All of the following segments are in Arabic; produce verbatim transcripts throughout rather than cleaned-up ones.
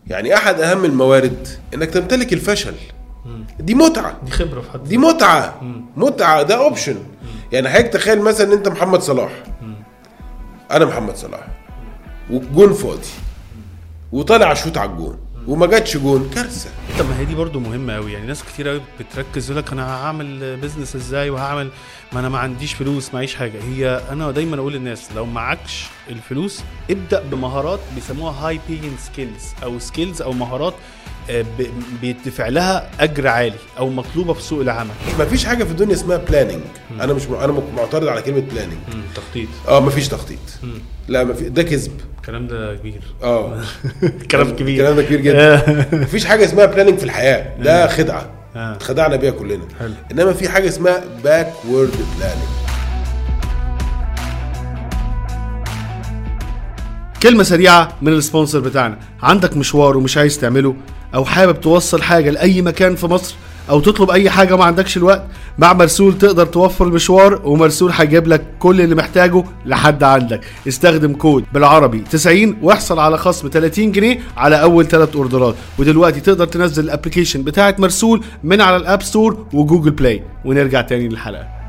يعني احد اهم الموارد انك تمتلك الفشل. دي متعه، دي خبره في حد، دي متعه متعه ده اوبشن. يعني هيك تخيل مثلا ان انت محمد صلاح، انا محمد صلاح وجون فاضي وطالع شوت على الجون وما جاتش جون، كارثه. طب ما هي دي برضو مهمه قوي. يعني ناس كتير قوي بتركز يقول لك انا هعمل بيزنس ازاي وهعمل، ما انا ما عنديش فلوس، معيش حاجه. هي انا دايما اقول للناس لو معكش الفلوس ابدا بمهارات بيسموها هاي بينج سكيلز او سكيلز او مهارات بيدفع لها اجر عالي او مطلوبه في سوق العمل. ما فيش حاجه في الدنيا اسمها بلاننج. انا مش م... انا معترض على كلمه بلاننج. تخطيط. اه ما فيش تخطيط. مم. لا ما في، ده كذب. الكلام ده كبير. اه كلام كبير. الكلام ده كبير جدا. ما فيش حاجه اسمها بلاننج في الحياه، ده خدعه اتخدعنا بيها كلنا. حلو. انما في حاجه اسمها باكورد بلاننج. كلمة سريعة من السبونسر بتاعنا. عندك مشوار ومش عايز تعمله، او حابب توصل حاجة لأي مكان في مصر، او تطلب اي حاجة ما عندكش الوقت، مع مرسول تقدر توفر المشوار، ومرسول هيجيب لك كل اللي محتاجه لحد عندك. استخدم كود بالعربي تسعين واحصل على خصم ثلاثين جنيه على اول ثلاث اوردرات. ودلوقتي تقدر تنزل الابليكيشن بتاعة مرسول من على الاب ستور وجوجل بلاي. ونرجع تاني للحلقة.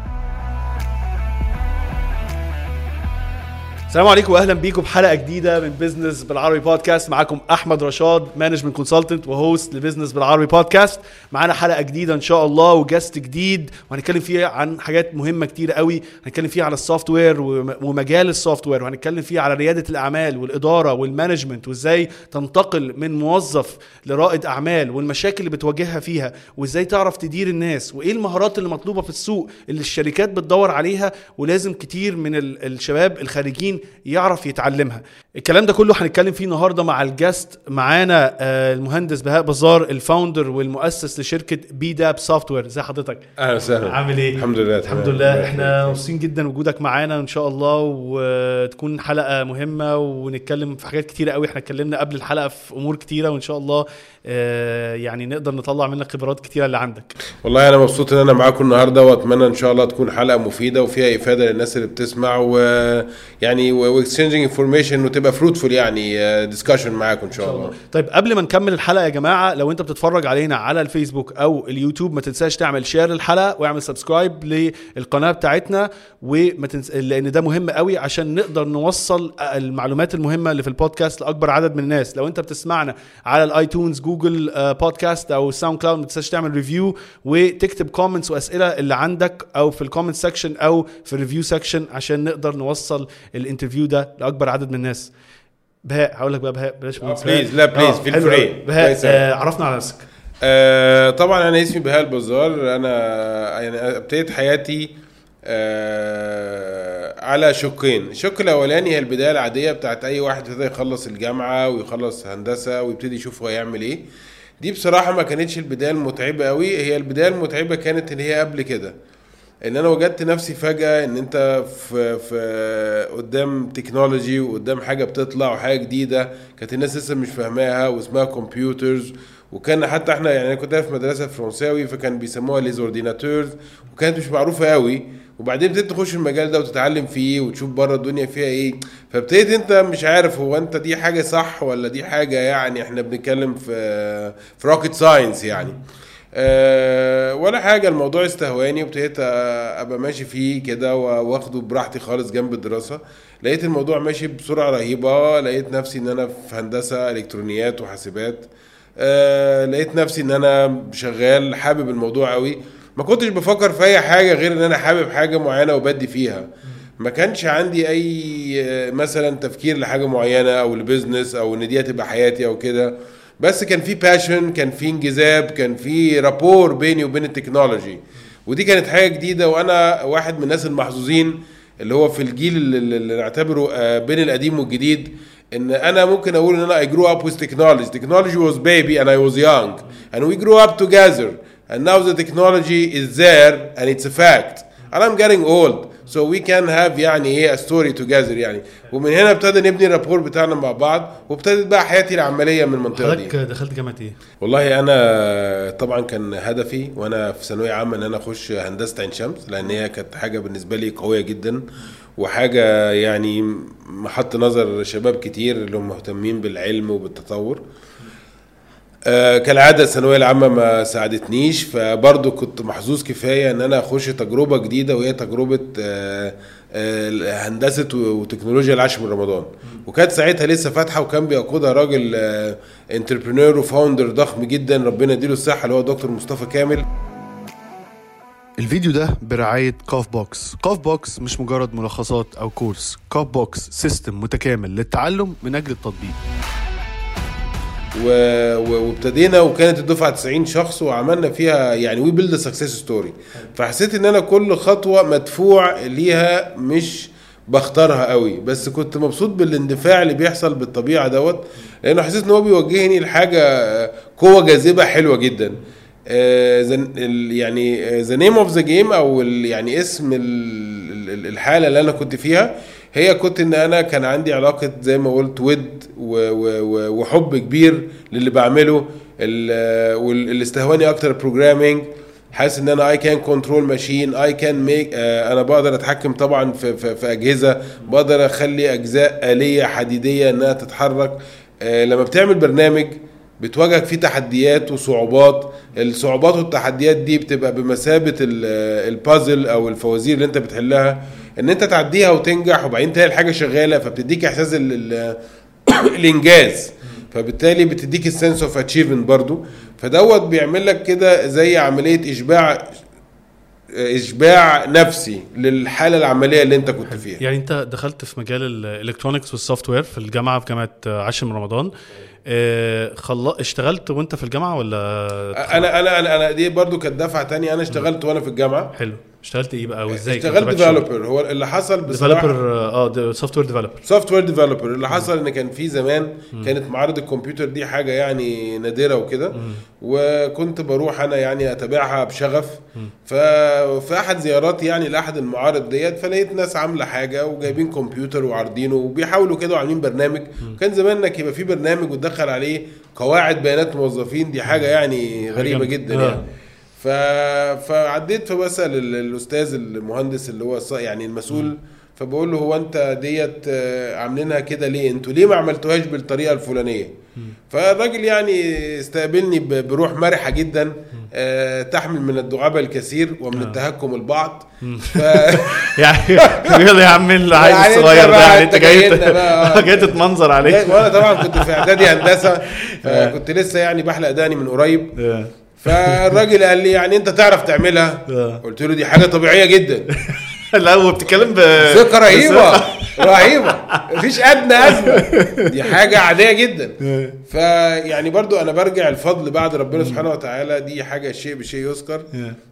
السلام عليكم واهلا بيكم بحلقه جديده من بيزنس بالعربي بودكاست. معاكم احمد رشاد، مانجمنت كونسلتنت وهوست لبيزنس بالعربي بودكاست. معانا حلقه جديده ان شاء الله وجاست جديد، وهنتكلم فيها عن حاجات مهمه كتير قوي. هنتكلم فيها على السوفت وير ومجال السوفت وير، وهنتكلم فيها على رياده الاعمال والاداره والمانجمنت، وازاي تنتقل من موظف لرائد اعمال، والمشاكل اللي بتواجهها فيها، وازاي تعرف تدير الناس، وايه المهارات اللي مطلوبه في السوق اللي الشركات بتدور عليها ولازم كتير من الشباب الخارجين يعرف يتعلمها. الكلام ده كله هنتكلم فيه النهارده مع الجاست. معانا المهندس بهاء بزار، الفاوندر والمؤسس لشركه بيداب سوفت وير. ازي حضرتك؟ اهلا وسهلا. عامل ايه؟ الحمد لله. الحمد لله. احنا مبسوطين جدا وجودك معانا ان شاء الله، وتكون حلقه مهمه ونتكلم في حاجات كتيره قوي. احنا اتكلمنا قبل الحلقه في امور كتيره، وان شاء الله يعني نقدر نطلع منك خبرات كتيره اللي عندك. والله انا مبسوط ان انا معاكم النهارده، واتمنى ان شاء الله تكون حلقه مفيده وفيها افاده للناس اللي بتسمع، ويعني واكسشينجينج انفورميشن، وتبقى فروتفول يعني ديسكشن معاكم ان شاء الله. طيب قبل ما نكمل الحلقه يا جماعه، لو انت بتتفرج علينا على الفيسبوك او اليوتيوب ما تنساش تعمل شير للحلقه واعمل سبسكرايب للقناه بتاعتنا، وما تنس... لان ده مهم قوي عشان نقدر نوصل المعلومات المهمه اللي في البودكاست لاكبر عدد من الناس. لو انت بتسمعنا على الايتونز، جوجل بودكاست او ساوند كلاود، ما تنساش تعمل ريفيو وتكتب كومنتس واسئله اللي عندك، او في الكومنت سيكشن او في الريفيو سيكشن، عشان نقدر نوصل الانترفيو ده لاكبر عدد من الناس. بهاء هقول لك بقى بهاء بلاش بليز. لا بليز في الفري. بهاء آه عرفنا على نفسك. آه طبعا انا اسمي بهاء البزار. انا يعني ابتديت حياتي آه على شقين. الشق الاولاني هي البدايه العاديه بتاعت اي واحد ابتدى يخلص الجامعه ويخلص هندسه ويبتدي يشوف هو يعمل ايه. دي بصراحه ما كانتش البدايه المتعبه قوي. هي البدايه المتعبه كانت اللي هي قبل كده، ان انا وجدت نفسي فجأة ان انت في, في قدام تكنولوجي وقدام حاجة بتطلع وحاجة جديدة كانت الناس لسه مش فاهماها، واسمها كمبيوترز. وكان حتى احنا يعني انا كنت في مدرسة فرنساوي فكان بيسموها ليزورديناتورز، وكانت مش معروفة قوي. وبعدين ابتديت تخش المجال ده وتتعلم فيه وتشوف بره الدنيا فيها ايه. فابتديت انت مش عارف هو انت دي حاجة صح ولا دي حاجة، يعني احنا بنتكلم في في روكيت ساينس يعني. أه ولا حاجة. الموضوع استهواني وابتديت ابقى ماشي فيه كده واخده براحتي خالص جنب الدراسة. لقيت الموضوع ماشي بسرعة رهيبة. لقيت نفسي ان انا في هندسة الكترونيات وحاسبات. أه لقيت نفسي ان انا شغال حابب الموضوع قوي. ما كنتش بفكر في اي حاجة غير ان انا حابب حاجة معينة وبدي فيها. ما كانش عندي اي مثلا تفكير لحاجة معينة او لبزنس او ان دي هتبقى حياتي او كده. بس كان في باشن، كان في انجذاب، كان في رابور بيني وبين التكنولوجي. ودي كانت حاجة جديدة، وانا واحد من الناس المحظوظين اللي هو في الجيل اللي نعتبره بين القديم والجديد، ان انا ممكن اقول ان انا I grew up with technology. Technology was baby and I was young and we grew up together and now the technology is there and it's a fact and I'm getting old so we can have يعني ايه a story together يعني. ومن هنا ابتدى نبني الرابور بتاعنا مع بعض، وابتدت بقى حياتي العمليه من المنطقه دي. حضرتك دخلت جامعه ايه؟ والله انا طبعا كان هدفي وانا في ثانويه عامه ان انا اخش هندسه عين شمس، لان هي كانت حاجه بالنسبه لي قويه جدا، وحاجه يعني محط نظر شباب كتير اللي هم مهتمين بالعلم وبالتطور. آه كالعاده الثانويه العامه ما ساعدتنيش، فبرضه كنت محظوظ كفايه ان انا اخش تجربه جديده وهي تجربه آه آه هندسه وتكنولوجيا العاشر من رمضان. وكانت ساعتها لسه فاتحه، وكان بيقودها راجل آه انتربرينور وفاوندر ضخم جدا ربنا يديله الصحه اللي هو دكتور مصطفى كامل. الفيديو ده برعاية كوف بوكس. كوف بوكس مش مجرد ملخصات أو كورس، كوف بوكس سيستم متكامل للتعلم من أجل التطبيق. وابتدينا وكانت الدفعه تسعين شخص وعملنا فيها يعني وي بيلد سكسس ستوري. فحسيت ان انا كل خطوه مدفوع ليها، مش بختارها قوي، بس كنت مبسوط بالاندفاع اللي بيحصل بالطبيعه دوت، لانه حسيت ان هو بيوجهني لحاجه قوه جاذبه حلوه جدا. آه يعني ذا نيم اوف ذا جيم او يعني اسم الحاله اللي انا كنت فيها هي كنت ان انا كان عندي علاقه زي ما قلت ود وحب كبير للي بعمله، واللي استهواني اكتر بروجرامينج. حاسس ان انا اي كان كنترول ماشين، اي كان ميك، انا بقدر اتحكم طبعا في, في, في اجهزه، بقدر اخلي اجزاء آلية حديديه انها تتحرك. آه لما بتعمل برنامج بتواجهك فيه تحديات وصعوبات، الصعوبات والتحديات دي بتبقى بمثابه البازل او الفوازير اللي انت بتحلها، ان انت تعديها وتنجح وبعدين تلاقي الحاجه شغاله، فبتديك احساس الانجاز، فبالتالي بتديك السنس اوف اتشيفمنت برضو. فدوت بيعمل لك كده زي عمليه اشباع اشباع نفسي للحاله العمليه اللي انت كنت فيها. يعني انت دخلت في مجال الالكترونكس والسوفت وير في الجامعه في جامعه عاشر من رمضان. اه خل... اشتغلت وانت في الجامعه ولا؟ انا انا انا, أنا دي برضو كانت دفعه تانية. انا اشتغلت وانا في الجامعه. حلو. اشتغلت ايه بقى وازاي؟ اشتغلت ديفلوبر. هو اللي حصل بصراحه ديفلوبر اه سوفت وير ديفلوبر سوفت وير ديفلوبر اللي حصل ان كان في زمان م. كانت معارض الكمبيوتر دي حاجه يعني نادره وكده، وكنت بروح انا يعني اتابعها بشغف. ففي احد زياراتي يعني لاحد المعارض ديت فلقيت ناس عامله حاجه وجايبين كمبيوتر وعارضينه وبيحاولوا كده وعاملين برنامج. م. كان زمان انك يبقى في برنامج وتدخل عليه قواعد بيانات موظفين، دي حاجه يعني غريبه جدا يعني. ف... فعديت فبسأل الاستاذ المهندس اللي هو يعني المسؤول، فبقول له هو انت ديت عاملينها كده ليه؟ انتوا ليه ما عملتوهاش بالطريقه الفلانيه؟ فالراجل يعني استقبلني بروح مرحه جدا تحمل من الدعابه الكثير ومن التهكم البعض. ف... يعني يلا يا عم العيل الصغير ده يعني انت جاي جاي تتمنظر عليه. وانا طبعا كنت في اعدادي هندسه، كنت لسه يعني بحلق داني من قريب. فالراجل قال لي يعني انت تعرف تعملها؟ قلت له دي حاجه طبيعيه جدا. لا هو بتتكلم بثقه رهيبه رهيبه مفيش ادنى ازمه، دي حاجه عاديه جدا. فيعني برضو انا برجع الفضل بعد ربنا سبحانه وتعالى، دي حاجه شيء بشيء يذكر.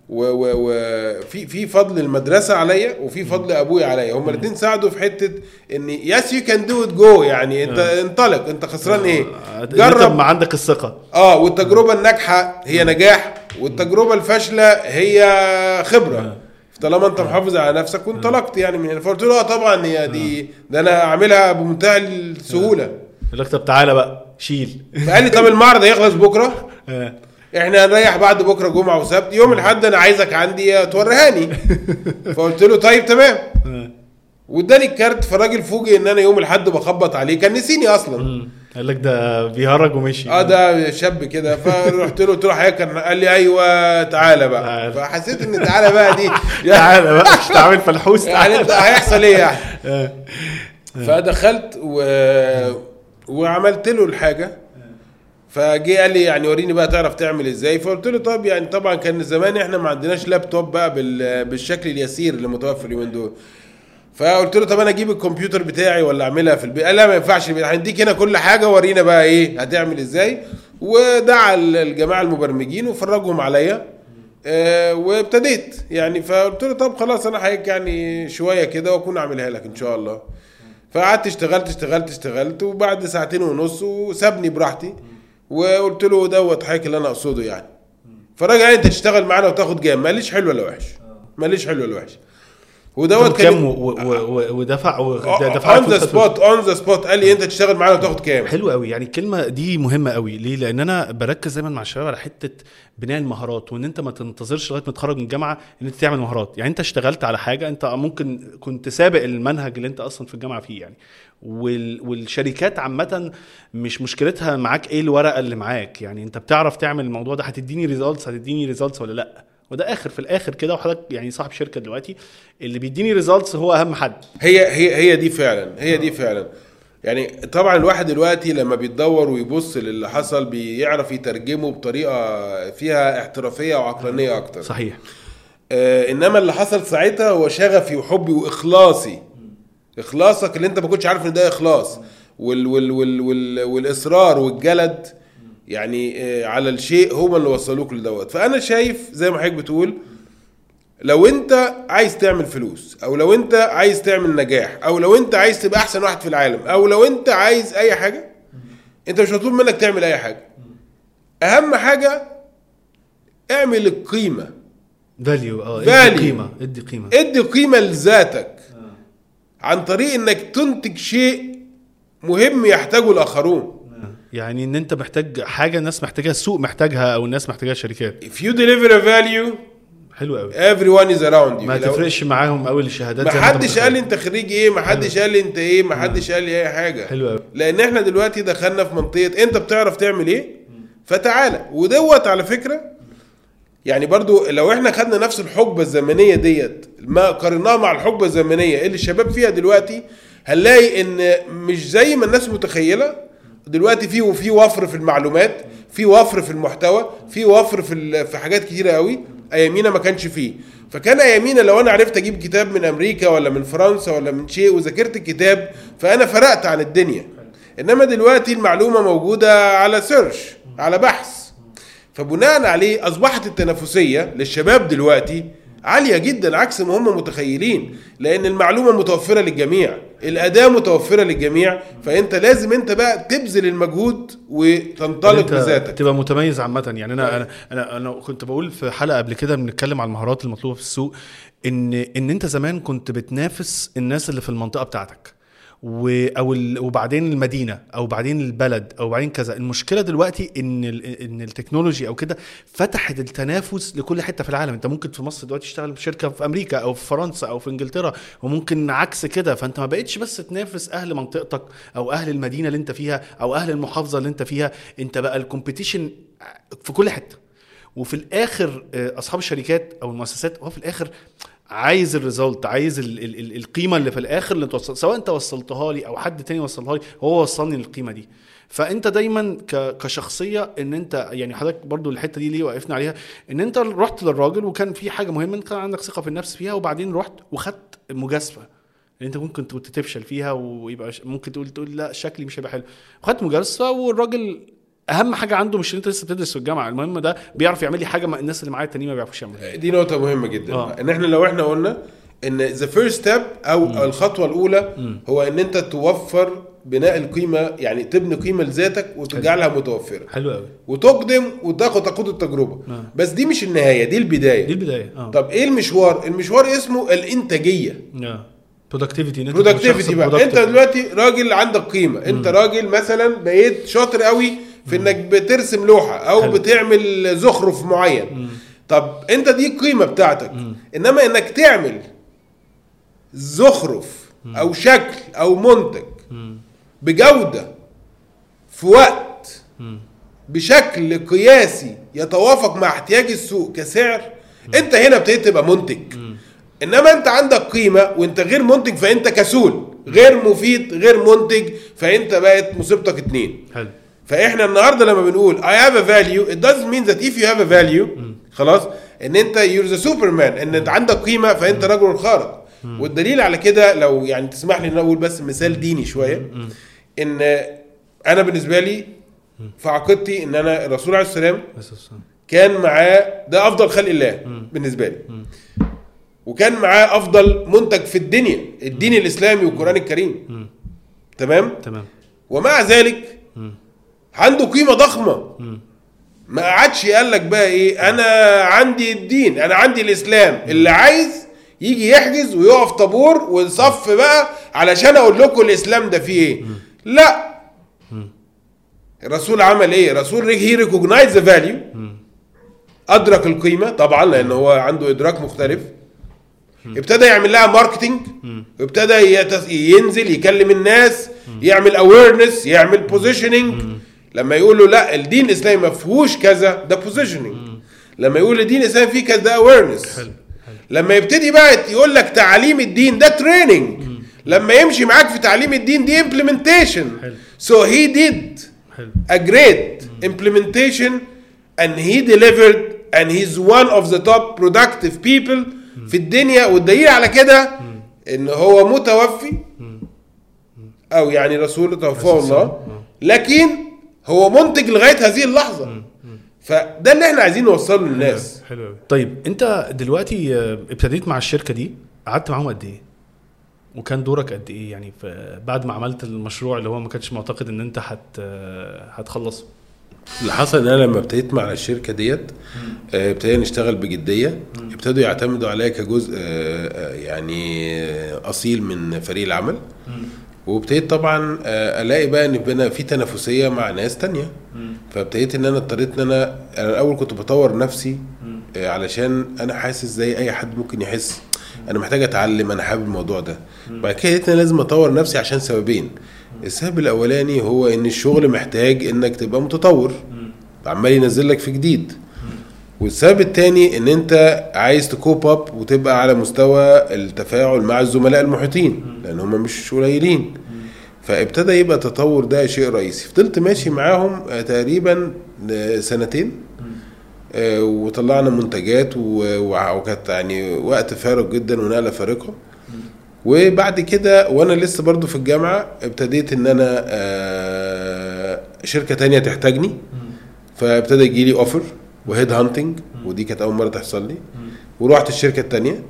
وفي في فضل المدرسه عليا وفي فضل ابويا عليا، هما الاثنين ساعدوا في حته ان يس يو كان دو ات جو، يعني انت انطلق، انت خسران ايه؟ جرب ما عندك الثقه. اه والتجربه الناجحه هي نجاح، والتجربه الفاشله هي خبره، طالما انت محافظ على نفسك وانطلقت يعني من هنا. فقلت له طبعا هي دي ده انا اعملها بمنتهى السهوله. قال لك طب تعالى بقى شيل. فقال لي طب المعرض هيخلص بكره، احنا هنريح بعد بكره جمعه وسبت، يوم الاحد انا عايزك عندي توريهاني. فقلت له طيب تمام، واداني الكارت. فالراجل فوجئ ان انا يوم الاحد بخبط عليه، كان نسيني اصلا. قال لك ده بيهرج ومشي. اه ده شاب كده. فرحت له قلت له حضرتك، قال لي ايوه تعالى بقى. تعال. فحسيت ان تعالى بقى دي تعالى بقى مش تعمل فلحوس يعني انت هيحصل ايه يعني. فدخلت و... وعملت له الحاجه. فجي قال لي يعني وريني بقى تعرف تعمل ازاي. فقلت له طب يعني طبعا كان زمان احنا ما عندناش لابتوب بقى بال... بالشكل اليسير اللي متوفر اليومين دول. فقلت له طب انا اجيب الكمبيوتر بتاعي ولا اعملها في البيت؟ قال لا ما ينفعش، هنديك هنا كل حاجه، ورينا بقى ايه هتعمل ازاي. ودعا الجماعه المبرمجين وفرجهم عليا. أه وابتديت يعني. فقلت له طب خلاص انا هيك يعني شويه كده واكون اعملها لك ان شاء الله. فقعدت اشتغلت اشتغلت اشتغلت وبعد ساعتين ونص وسابني براحتي، وقلت له دوت حاجه اللي انا اقصده يعني. فراجع انت تشتغل معانا وتاخد جام، ماليش حلو ولا وحش، ماليش حلو ولا وحش. ودوت كام ودفع ودفع اون ذا سبوت اون ذا سبوت قال لي انت تشتغل معانا وتاخد كام. حلو قوي. يعني الكلمه دي مهمه قوي. ليه؟ لان انا بركز دايما مع الشباب على حته بناء المهارات، وان انت ما تنتظرش لغايه ما تتخرج من الجامعه ان انت تعمل مهارات. يعني انت اشتغلت على حاجه، انت ممكن كنت سابق المنهج اللي انت اصلا في الجامعه فيه يعني. وال... والشركات عامه مش مشكلتها معاك ايه الورقه اللي معاك، يعني انت بتعرف تعمل الموضوع ده، هتديني ريزلتس هتديني ريزلتس ولا لا. وده اخر في الاخر كده. وحضرتك يعني صاحب شركه دلوقتي اللي بيديني ريزلتس هو اهم حد. هي هي هي دي فعلا هي دي فعلا يعني طبعا الواحد دلوقتي لما بيتدور ويبص للي حصل بيعرف يترجمه بطريقه فيها احترافيه وعقلانيه اكتر. صحيح. آه انما اللي حصل ساعتها هو شغفي وحبي واخلاصي. اخلاصك اللي انت ما كنتش عارف ان ده اخلاص، وال وال وال وال والاصرار والجلد يعني آه على الشيء هما اللي وصلوك لدوت. فانا شايف زي ما حضرتك بتقول، لو انت عايز تعمل فلوس، او لو انت عايز تعمل نجاح، او لو انت عايز تبقى احسن واحد في العالم، او لو انت عايز اي حاجة، انت مش مطلوب منك تعمل اي حاجة. اهم حاجة اعمل القيمة. فاليو. اه ادي قيمة ادي قيمة ادي قيمة لذاتك عن طريق انك تنتج شيء مهم يحتاجه الاخرون. يعني ان انت محتاج حاجة الناس محتاجها، السوق محتاجها، او الناس محتاجها الشركات. if you deliver a value حلو قوي. everyone is around you. ما تفرقش معاهم قوي الشهادات. ما حدش قال لي انت خريج ايه، ما حدش قال لي انت ايه، ما حدش قال لي اي حاجه. حلو قوي. لان احنا دلوقتي دخلنا في منطقه انت بتعرف تعمل ايه فتعالى. ودوت على فكره يعني برضو لو احنا خدنا نفس الحقبه الزمنيه ديت ما قارناها مع الحقبه الزمنيه اللي الشباب فيها دلوقتي، هنلاقي ان مش زي ما الناس متخيله. دلوقتي في وفي وفر في المعلومات، في وفر في المحتوى، في وفر في في حاجات كتيره قوي. ايامينا ما كانش فيه. فكان ايامينا لو انا عرفت اجيب كتاب من امريكا ولا من فرنسا ولا من شيء وذاكرت الكتاب فانا فرقت عن الدنيا. انما دلوقتي المعلومه موجوده على سيرش، على بحث. فبناء عليه اصبحت التنافسيه للشباب دلوقتي عاليه جدا عكس ما هم متخيلين، لان المعلومه متوفره للجميع، الاداه متوفره للجميع. فانت لازم انت بقى تبذل المجهود وتنطلق بذاتك، تبقى متميز عامه. يعني انا انا انا انا كنت بقول في حلقه قبل كده بنتكلم على المهارات المطلوبه في السوق، ان ان انت زمان كنت بتنافس الناس اللي في المنطقه بتاعتك و او وبعدين المدينه او بعدين البلد او بعدين كذا. المشكله دلوقتي ان ان التكنولوجي او كده فتحت التنافس لكل حته في العالم. انت ممكن في مصر دلوقتي تشتغل في شركه في امريكا او في فرنسا او في انجلترا، وممكن عكس كده. فانت ما بقتش بس تنافس اهل منطقتك او اهل المدينه اللي انت فيها او اهل المحافظه اللي انت فيها، انت بقى الكومبيتيشن في كل حته. وفي الاخر اصحاب الشركات او المؤسسات هو في الاخر عايز الريزلت، عايز ال ال ال القيمه اللي في الاخر اللي توصل، سواء انت وصلتها لي او حد تاني وصلها لي، هو وصلني للقيمه دي. فانت دايما كشخصيه ان انت يعني حضرتك برضو الحته دي ليه وقفنا عليها، ان انت رحت للراجل وكان في حاجه مهمه انت كان عندك ثقه في النفس فيها، وبعدين رحت وخدت مجازفه اللي انت ممكن تفشل فيها ويبقى ممكن تقول تقول لا شكلي مش هيبقى حلو، وخدت مجازفه. والراجل اهم حاجه عنده مش ان انت لسه بتدرس في الجامعه، المهم ده بيعرف يعمل لي حاجه ما الناس اللي معايا التانيين ما بيعرفوش يعملوها. دي نقطه مهمه جدا. آه. ان احنا لو احنا قلنا ان ذا فيرست ستيب او م. الخطوه الاولى م. هو ان انت توفر بناء القيمه، يعني تبني قيمه لذاتك وتجعلها متوفره. حلو قوي. وتقدم وتاخد تقود التجربه. آه. بس دي مش النهايه، دي البدايه. دي البدايه. آه. طب ايه المشوار؟ المشوار اسمه الانتاجيه. اه برودكتيفيتي. برودكتيفيتي بقى. انت دلوقتي راجل عندك قيمه. م. انت راجل مثلا بقيت شاطر قوي في انك بترسم لوحه او حلو. بتعمل زخرف معين. م. طب انت دي القيمه بتاعتك. م. انما انك تعمل زخرف م. او شكل او منتج م. بجوده في وقت م. بشكل قياسي يتوافق مع احتياج السوق كسعر، م. انت هنا ابتديت تبقى منتج. م. انما انت عندك قيمه وانت غير منتج فانت كسول، غير مفيد، غير منتج، فانت بقت مصيبتك اتنين. حلو. فاحنا النهارده لما بنقول I have a value it doesn't mean that if you have a value م. خلاص ان انت you're the superman، ان انت عندك قيمه فانت رجل خارق. م. والدليل على كده لو يعني تسمح لي ان اقول بس مثال ديني شويه، م. ان انا بالنسبه لي في عقيدتي ان انا الرسول عليه السلام كان معاه ده افضل خلق الله م. بالنسبه لي، م. وكان معاه افضل منتج في الدنيا، الدين م. الاسلامي والقران الكريم. م. تمام تمام. ومع ذلك م. عنده قيمه ضخمه. م. ما قعدش قال لك بقى ايه انا عندي الدين، انا عندي الاسلام. م. اللي عايز يجي يحجز ويقف طابور ويصف بقى علشان اقول لكم الاسلام ده فيه ايه. لا، الرسول عمل ايه؟ الرسول هي ريكوجنايز ذا فاليو، ادرك القيمه طبعا لان هو عنده ادراك مختلف. ابتدى يعمل لها ماركتينج، ابتدى ينزل يكلم الناس، يعمل اويرنس، يعمل بوزيشننج. لما يقولوا لا الدين الاسلامي ما فيهوش كذا، ده بوزيشننج. لما يقول الدين الاسلامي فيه كذا، ده اويرنس. لما يبتدي بقى يقول لك تعليم الدين، ده تريننج. لما يمشي معاك في تعليم الدين، دي implementation. So he did a great implementation and he delivered and he's one of the top productive people في الدنيا. والدليل على كده ان هو متوفي او يعني رسول توفاه الله، لكن هو منتج لغاية هذه اللحظة. فده اللي احنا عايزين نوصله للناس. حلو قوي. طيب انت دلوقتي ابتديت مع الشركة دي، قعدت معاهم قد ايه؟ وكان دورك قد ايه يعني بعد ما عملت المشروع اللي هو ما كانش معتقد ان انت هت هتخلصه؟ اللي حصل ان انا لما ابتديت مع الشركه ديت ابتدينا نشتغل بجديه، ابتدوا يعتمدوا عليا كجزء يعني اصيل من فريق العمل. وابتديت طبعا الاقي بقى ان بينا في تنافسيه مع ناس تانية. فابتديت ان انا اضطريت ان انا انا الاول كنت بطور نفسي علشان انا حاسس زي اي حد ممكن يحس انا محتاج اتعلم، انا حابب الموضوع ده. بعد كده لقيت ان لازم اطور نفسي عشان سببين. السبب الاولاني هو ان الشغل محتاج انك تبقى متطور، عمال ينزل لك في جديد. والسبب الثاني ان انت عايز تكوب اب وتبقى على مستوى التفاعل مع الزملاء المحيطين لان هم مش قليلين. فابتدى يبقى تطور ده شيء رئيسي. فضلت ماشي معاهم تقريبا سنتين وطلعنا منتجات وكانت يعني وقت فارق جدا ونقله فارقه. وبعد كده وانا لسه برضو في الجامعه ابتديت ان انا شركه تانية تحتاجني، فابتدى يجي لي اوفر وهيد هانتنج، ودي كانت اول مره تحصل لي. ورحت الشركه التانية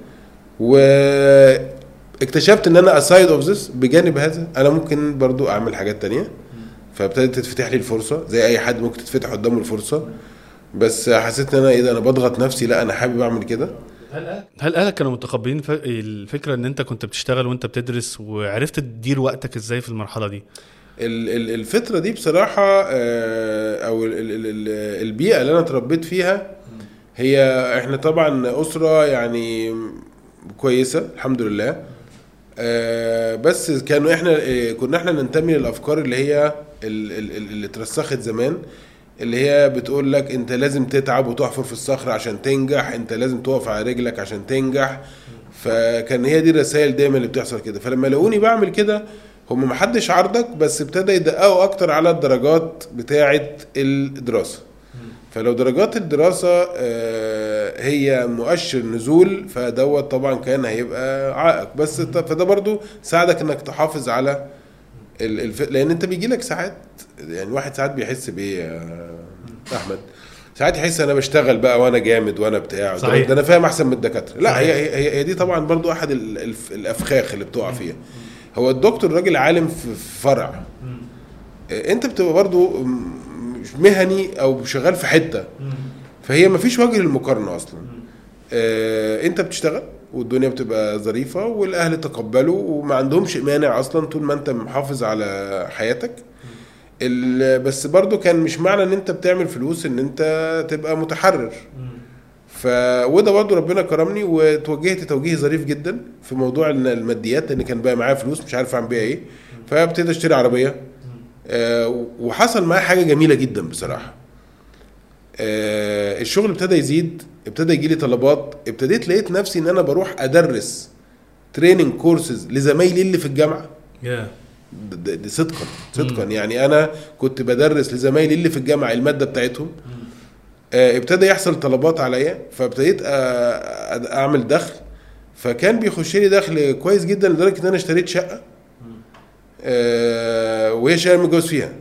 واكتشفت ان انا اسايد اوف ذس بجانب هذا انا ممكن برضو اعمل حاجات تانية. فابتدت تتفتح لي الفرصه زي اي حد ممكن تتفتح قدامه الفرصه، بس حسيت ان انا ايه ده انا بضغط نفسي، لا انا حابب اعمل كده. هل اهلك كانوا متقبلين الفكره ان انت كنت بتشتغل وانت بتدرس، وعرفت تدير وقتك ازاي في المرحله دي؟ الفتره دي بصراحه او البيئه اللي انا اتربيت فيها هي احنا طبعا اسره يعني كويسه الحمد لله، بس كانوا احنا كنا احنا ننتمي للافكار اللي هي اللي اترسخت زمان، اللي هي بتقول لك انت لازم تتعب وتحفر في الصخر عشان تنجح، انت لازم تقف على رجلك عشان تنجح. فكان هي دي الرسائل دايما اللي بتحصل كده. فلما لقوني بعمل كده هم محدش عارضك، بس ابتدى يدققوا اكتر على الدرجات بتاعه الدراسه. فلو درجات الدراسه هي مؤشر نزول فدوت طبعا كان هيبقى عائق، بس فده برضو ساعدك انك تحافظ على الف... لان انت بيجي لك ساعات يعني واحد ساعات بيحس بايه يا احمد، ساعات يحس انا بشتغل بقى وانا جامد وانا بتاع ده انا فاهم احسن من الدكاتره. لا هي هي هي دي طبعا برضو احد الافخاخ اللي بتقع فيها. هو الدكتور راجل عالم في فرع، انت بتبقى برضو مهني او شغال في حته، فهي مفيش وجه للمقارنه اصلا. انت بتشتغل والدنيا بتبقى ظريفة والأهل تقبلوا وما عندهمش مانع أصلا طول ما أنت محافظ على حياتك. بس برضو كان مش معنى أن أنت بتعمل فلوس أن أنت تبقى متحرر. ف وده برضو ربنا كرمني وتوجهت توجيه ظريف جدا في موضوع الماديات، لأن كان بقى معايا فلوس مش عارف أعمل بيها إيه، فابتديت أشتري عربية. وحصل معايا حاجة جميلة جدا بصراحة. الشغل ابتدى يزيد، ابتدى يجي لي طلبات، ابتديت لقيت نفسي ان انا بروح ادرس تريننج كورسز لزمايلي اللي في الجامعه. yeah. دي صدقا صدقا mm. يعني انا كنت بدرس لزمايلي اللي في الجامعه الماده بتاعتهم. اه ابتدى يحصل طلبات عليا، فابتديت اعمل دخل، فكان بيخش لي دخل كويس جدا لدرجه ان انا اشتريت شقه اه وهي شقه متجوز فيها.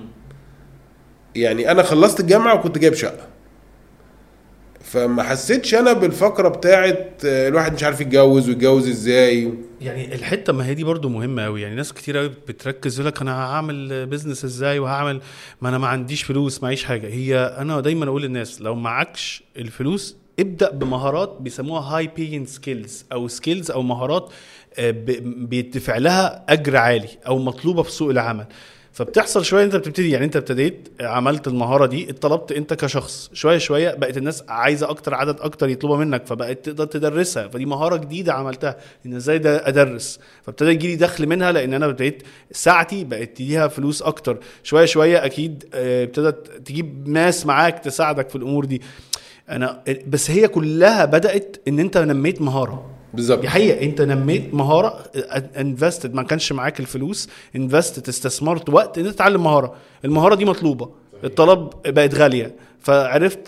يعني انا خلصت الجامعه وكنت جايب شقه، فما حسيتش انا بالفقره بتاعت الواحد مش عارف يتجوز ويتجوز ازاي. يعني الحته ما هي دي برضو مهمه قوي. يعني ناس كتير قوي بتركز يقول لك انا هعمل بيزنس ازاي وهعمل، ما انا ما عنديش فلوس معيش حاجه. هي انا دايما اقول للناس لو معكش الفلوس ابدأ بمهارات بيسموها هاي بيين سكيلز او سكيلز او مهارات بيدفع لها اجر عالي او مطلوبة في سوق العمل. فبتحصل شويه انت بتبتدي يعني انت ابتديت عملت المهاره دي اتطلبت انت كشخص شويه شويه بقت الناس عايزه اكتر عدد اكتر يطلبها منك فبقت تقدر تدرسها. فدي مهاره جديده عملتها ان ازاي ده ادرس فابتدى يجي لي دخل منها لان انا ابتديت ساعتي بقت تديها فلوس اكتر شويه شويه. اكيد ابتدت تجيب ناس معاك تساعدك في الامور دي. انا بس هي كلها بدات ان انت نميت مهاره بالظبط. دي حقيقة انت نميت مهارة انفستد ما كانش معاك الفلوس انفستد استثمرت وقت ان انت تتعلم مهارة. المهارة دي مطلوبة الطلب بقت غالية فعرفت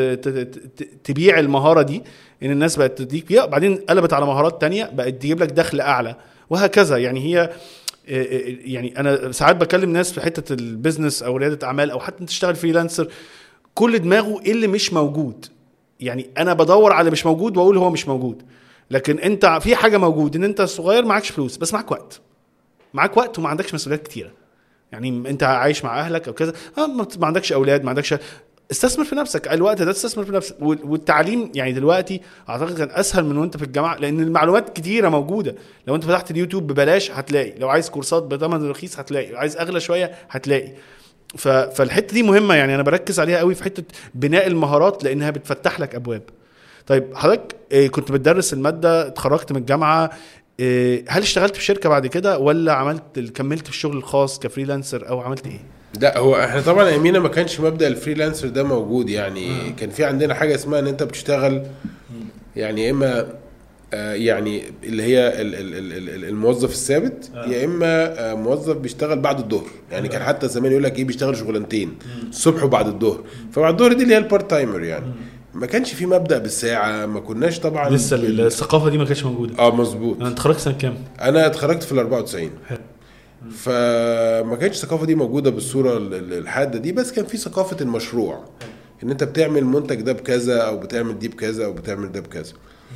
تبيع المهارة دي ان الناس بقت تديك بيها بعدين قلبت على مهارات تانية بقت تجيب لك دخل اعلى وهكذا. يعني هي يعني انا ساعات بكلم ناس في حتة البيزنس او ريادة اعمال او حتى انت تشتغل فريلانسر كل دماغه ايه اللي مش موجود. يعني انا بدور على مش موجود واقول هو مش موجود لكن انت في حاجه موجود ان انت صغير معكش فلوس بس معك وقت معك وقت وما عندكش مسؤوليات كتيره. يعني انت عايش مع اهلك او كذا ما عندكش اولاد ما عندكش استثمر في نفسك. الوقت ده استثمر في نفسك. والتعليم يعني دلوقتي اعتقد كان اسهل من وانت في الجامعه لان المعلومات كتيره موجوده. لو انت فتحت اليوتيوب ببلاش هتلاقي لو عايز كورسات بثمن رخيص هتلاقي لو عايز اغلى شويه هتلاقي. فالحته دي مهمه يعني انا بركز عليها قوي في حته بناء المهارات لانها بتفتح لك ابواب. طيب حضرتك كنت بتدرس المادة اتخرجت من الجامعة هل اشتغلت في شركة بعد كده ولا عملت كملت في الشغل الخاص كفريلانسر او عملت ايه؟ لا هو احنا طبعا امينة ما كانش مبدأ الفريلانسر ده موجود يعني م. كان في عندنا حاجة اسمها ان انت بتشتغل يعني اما يعني اللي هي الموظف الثابت يا اما موظف بيشتغل بعد الظهر. يعني كان حتى زمان يقول لك ايه بيشتغل شغلانتين الصبح وبعد الظهر. فبعد الظهر دي اللي هي البارت تايمر يعني ما كانش في مبدأ بالساعة ما كناش طبعا لسه بال... الثقافة دي ما كانتش موجودة. اه مظبوط. انا اتخرجت سنة كام؟ انا اتخرجت في الاربعة وتسعين. فما كانتش الثقافة دي موجودة بالصورة الحادة دي بس كان في ثقافة المشروع ان انت بتعمل منتج ده بكذا او بتعمل دي بكذا او بتعمل ده بكذا.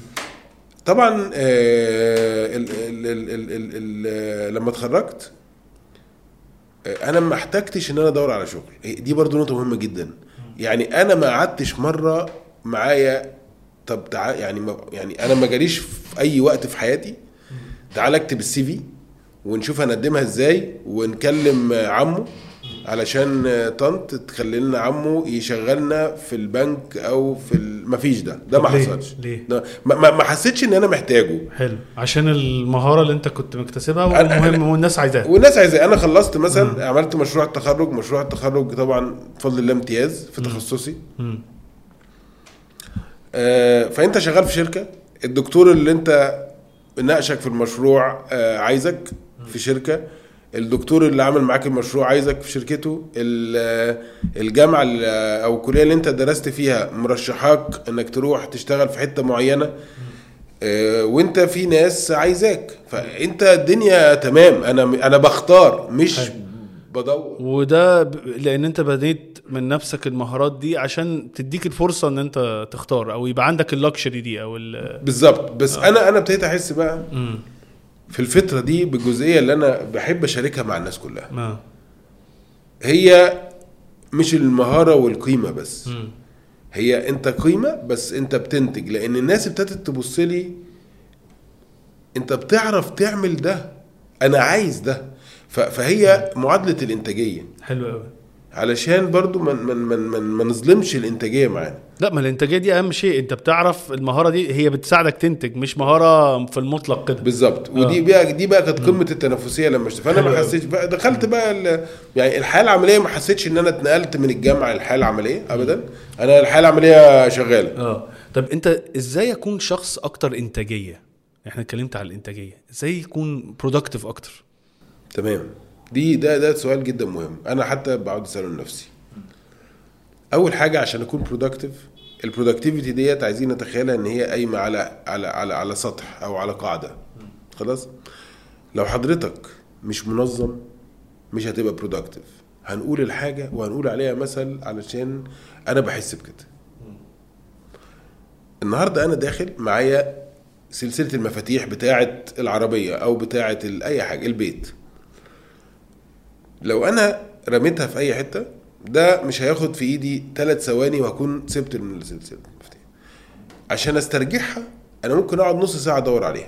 طبعا آه ال ال ال ال ال ال لما اتخرجت آه انا ما احتاجتش ان انا ادور على شغل. دي برضو نقطة مهمة جدا. يعني انا ما قعدتش مرة معايا طب تعال يعني ما يعني انا ما جاليش في اي وقت في حياتي تعال اكتب السي في ونشوف هنقدمها ازاي ونكلم عمو علشان طنط تخلي لنا عمو يشغلنا في البنك او في ما فيش ده ده ما حصلش. ليه؟ ده ما, ما حسيتش ان انا محتاجه. حلو عشان المهاره اللي انت كنت مكتسبها ومهم والناس عايزاها والناس عايزاها. انا خلصت مثلا م. عملت مشروع التخرج مشروع التخرج طبعا بفضل الله امتياز في تخصصي. آه فانت شغال في شركه الدكتور اللي انت ناقشك في المشروع آه عايزك في شركه الدكتور اللي عامل معاك المشروع عايزك في شركته الجامعه او الكليه اللي انت درست فيها مرشحاك انك تروح تشتغل في حته معينه آه وانت في ناس عايزاك فانت الدنيا تمام. انا انا بختار مش حي. بدور. وده لان انت بديت من نفسك المهارات دي عشان تديك الفرصه ان انت تختار او يبقى عندك اللكشري دي او بالظبط. بس آه. انا انا ابتديت احس بقى م. في الفتره دي بالجزئيه اللي انا بحب اشاركها مع الناس كلها آه. هي مش المهاره والقيمه بس م. هي انت قيمه بس انت بتنتج لان الناس ابتدت تبص لي انت بتعرف تعمل ده انا عايز ده. فهي معادله الانتاجيه حلوه قوي علشان برضو من من من من ما نظلمش الانتاجيه معانا. لا ما الانتاجيه دي اهم شيء. انت بتعرف المهاره دي هي بتساعدك تنتج مش مهاره في المطلق كده بالظبط. ودي بقى دي بقى كانت قمه التنافسيه لما اشتغلت. فانا ما حسيتش بقى دخلت بقى يعني الحياه العمليه ما حسيتش ان انا اتنقلت من الجامعه للحياه العمليه ابدا. انا الحياه العمليه شغاله. اه طب انت ازاي يكون شخص اكتر انتاجيه؟ احنا اتكلمت على الانتاجيه ازاي يكون برودكتيف اكتر. تمام. دي ده ده سؤال جدا مهم. انا حتى بقعد اساله لنفسي. اول حاجه عشان اكون برودكتيف البرودكتيفيتي ديت عايزين نتخيلها ان هي قايمه على على على على سطح او على قاعده. خلاص لو حضرتك مش منظم مش هتبقى برودكتيف. هنقول الحاجه وهنقول عليها مثل علشان انا بحس بكده. النهارده انا داخل معايا سلسله المفاتيح بتاعه العربيه او بتاعه اي حاجه البيت. لو انا رميتها في اي حته ده مش هياخد في ايدي ثلاث ثواني وهكون سبت من السلسله. عشان استرجعها انا ممكن اقعد نص ساعه ادور عليها.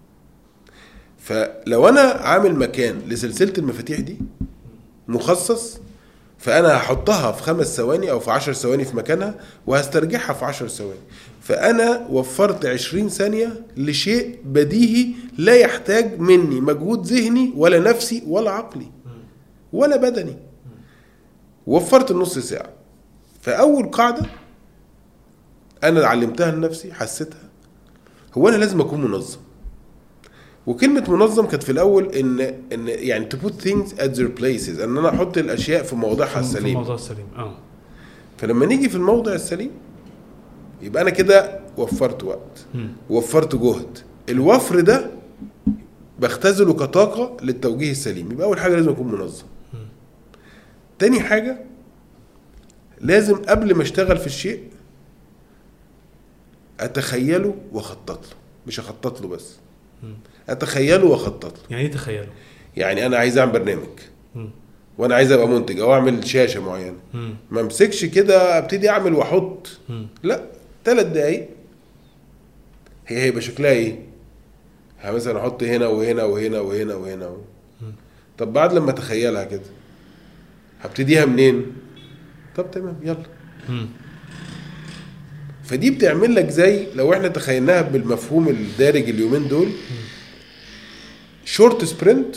فلو انا عامل مكان لسلسله المفاتيح دي مخصص، فانا هحطها في خمس ثواني او في عشر ثواني في مكانها وهسترجعها في عشر ثواني. فانا وفرت عشرين ثانيه لشيء بديهي لا يحتاج مني مجهود ذهني ولا نفسي ولا عقلي ولا بدني، وفرت النص ساعه. فاول قاعده انا علمتها لنفسي حسيتها هو انا لازم اكون منظم. وكلمه منظم كانت في الاول ان ان يعني to put things at their places، ان انا احط الاشياء في موضعها السليم. في الموضوع السليم اه. فلما نيجي في الموضع السليم يبقى انا كده وفرت وقت، وفرت جهد. الوفر ده بختزله كطاقه للتوجيه السليم. يبقى اول حاجه لازم اكون منظم. تاني حاجه لازم قبل ما اشتغل في الشيء اتخيله واخطط له، مش اخطط له بس، اتخيله واخطط له. يعني ايه تخيله؟ يعني انا عايز اعمل برنامج وانا عايز ابقى منتج او اعمل شاشه معينه، ما امسكش كده ابتدي اعمل واحط. لا، ثلاث دقايق هي هيبقى شكلها ايه؟ مثلا احط هنا وهنا وهنا وهنا وهنا و... طب بعد لما اتخيلها كده هبتديها منين؟ طب تمام يلا. فدي بتعمل لك زي لو احنا تخيلناها بالمفهوم الدارج اليومين دول شورت سبرنت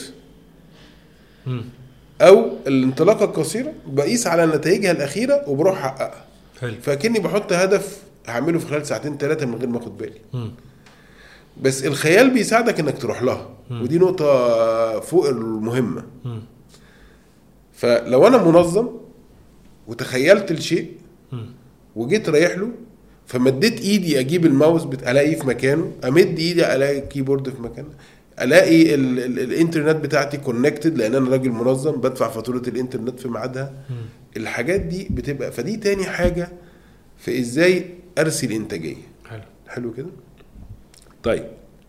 او الانطلاقه القصيره بقيس على نتائجها الاخيره وبروح احققها. فكني بحط هدف هعمله في خلال ساعتين ثلاثه من غير ما اخد بالي. م. بس الخيال بيساعدك انك تروح لها. م. ودي نقطه فوق المهمه. م. فلو انا منظم وتخيلت الشيء م. وجيت رايح له، فمديت ايدي اجيب الماوس الاقيه في مكانه، امد ايدي الاقي الكيبورد في مكانه، الاقي ال ال الانترنت بتاعتي كونكتد لان انا راجل منظم بدفع فاتوره الانترنت في ميعادها. الحاجات دي بتبقى. فدي تاني حاجه في ازاي ارسي الانتاجيه. حلو حلو كده. طيب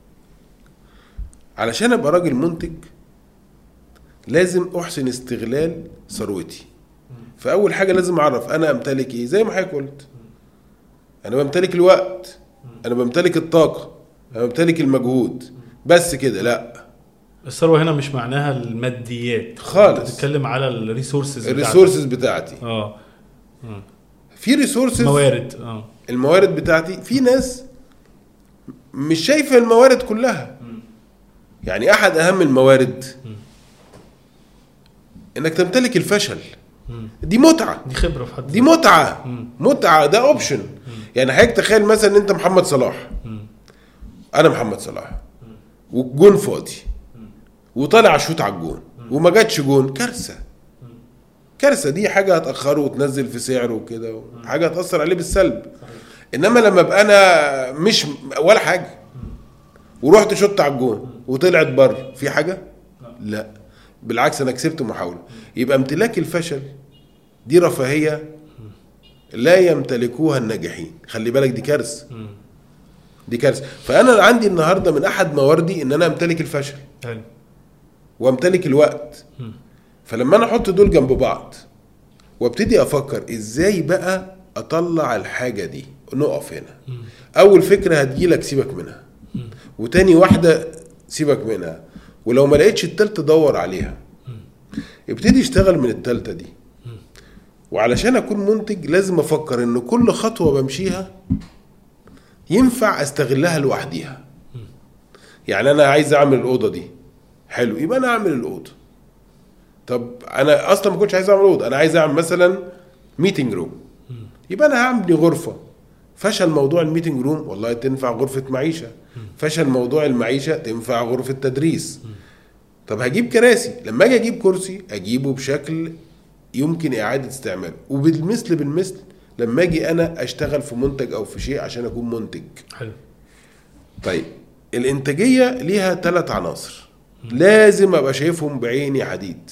علشان ابقى راجل منتج لازم احسن استغلال ثروتي. فاول حاجه لازم اعرف انا امتلك ايه. زي ما حضرتك قلت انا بمتلك الوقت، انا بمتلك الطاقه، انا بمتلك المجهود، بس كده. لا، الثروه هنا مش معناها الماديات خالص، بتتكلم على الريسورسز الريسورسز بتاعتي. اه في ريسورسز موارد. اه الموارد بتاعتي. في ناس مش شايفه الموارد كلها. م. يعني احد اهم الموارد م. انك تمتلك الفشل. م. دي متعه، دي خبره في حد، دي متعه. م. متعه ده اوبشن. يعني حضرتك تخيل مثلا انت محمد صلاح، م. انا محمد صلاح، م. والجون فاضي، م. وطالع شوت على الجون وما جاتش جون، كارثه. كارثه. دي حاجه هتاخره وتنزل في سعره وكده، حاجه هتاثر عليه بالسلب. انما لما ابقى انا مش ولا حاجه ورحت شوت على الجون وطلعت بره، في حاجه؟ لا، بالعكس انا كسبت محاوله. يبقى امتلاك الفشل دي رفاهيه لا يمتلكوها الناجحين. خلي بالك دي كارثه، دي كارثه. فانا عندي النهارده من احد مواردي ان انا امتلك الفشل وامتلك الوقت. فلما انا احط دول جنب بعض وابتدي افكر ازاي بقى اطلع الحاجه دي، نقف هنا. اول فكره هتجيلك سيبك منها، وتاني واحده سيبك منها، ولو ما لقيتش التالتة دور عليها. ابتدي اشتغل من التالتة دي. وعلشان اكون منتج لازم افكر ان كل خطوه بمشيها ينفع استغلها لوحديها. يعني انا عايز اعمل الاوضه دي، حلو، يبقى انا اعمل الاوضه. طب انا اصلا ما كنتش عايز اعمل اوضه، انا عايز اعمل مثلا ميتنج روم، يبقى انا هعمل غرفه. فشل موضوع الميتنج روم، والله تنفع غرفه معيشه. فشل موضوع المعيشه، تنفع غرفه تدريس. طب هجيب كراسي، لما اجي اجيب كرسي اجيبه بشكل يمكن اعاده استعماله. وبالمثل بالمثل لما اجي انا اشتغل في منتج او في شيء عشان اكون منتج. حلو. طيب الانتاجيه ليها ثلاث عناصر لازم ابقى شايفهم بعيني حديد.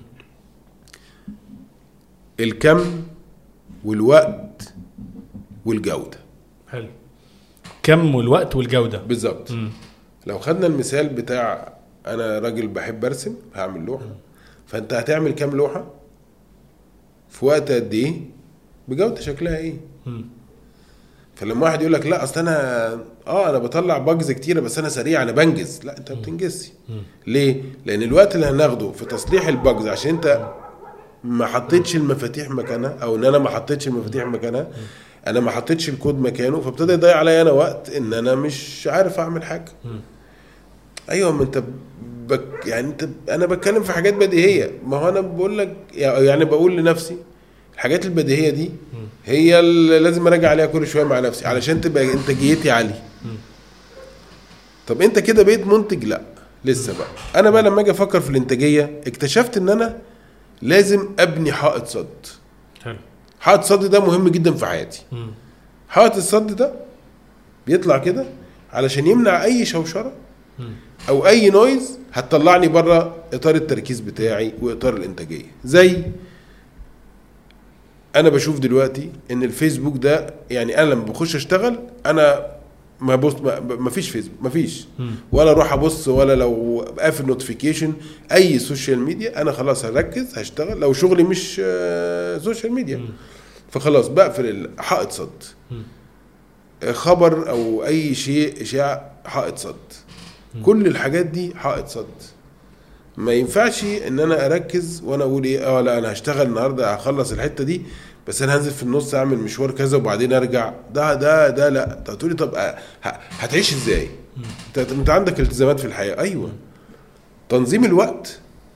الكم والوقت والجوده. حلو. كم والوقت والجوده بالظبط. لو خدنا المثال بتاع انا راجل بحب ارسم، هعمل لوحه. م. فانت هتعمل كام لوحه في وقت قد ايه بجوده شكلها ايه. م. فلما واحد يقول لك لا اصل انا اه انا بطلع باجز كتيره بس انا سريع انا بنجز، لا انت بتنجزش. ليه؟ لان الوقت اللي هناخده في تصليح الباجز عشان انت ما حطيتش المفاتيح مكانها، او ان انا ما حطيتش المفاتيح مكانها، انا ما حطيتش الكود مكانه، فابتدى يضيع عليا انا وقت ان انا مش عارف اعمل حاجه. ايوه ما انت بك يعني انت انا بتكلم في حاجات بديهيه، ما هو انا بقول لك يعني بقول لنفسي الحاجات البديهيه دي هي اللي لازم اراجع عليها كل شويه مع نفسي علشان تبقى انتاجيتي عاليه. طب انت كده بقيت منتج؟ لا لسه بقى. انا بقى لما اجي افكر في الانتاجيه اكتشفت ان انا لازم ابني حائط صد. حلو. حائط الصد ده مهم جدا في حياتي. حائط الصد ده بيطلع كده علشان يمنع اي شوشره او اي نويز هتطلعني بره اطار التركيز بتاعي واطار الانتاجيه. زي انا بشوف دلوقتي ان الفيسبوك ده يعني انا لما بخش اشتغل انا ما بص ما فيش فيسبوك ما فيش ولا اروح ابص ولا لو قافل نوتيفيكيشن اي سوشيال ميديا. انا خلاص هركز هشتغل لو شغلي مش سوشيال ميديا فخلاص بقفل حائط صد. خبر او اي شيء اشاعه حائط صد. كل الحاجات دي حائط صد. ما ينفعش ان انا اركز وانا اقول ايه اه لا انا هشتغل النهارده هخلص الحته دي بس انا هنزل في النص اعمل مشوار كذا وبعدين ارجع. ده ده ده لا تقولي طب هتعيش ازاي؟ انت انت عندك التزامات في الحياه. ايوه تنظيم الوقت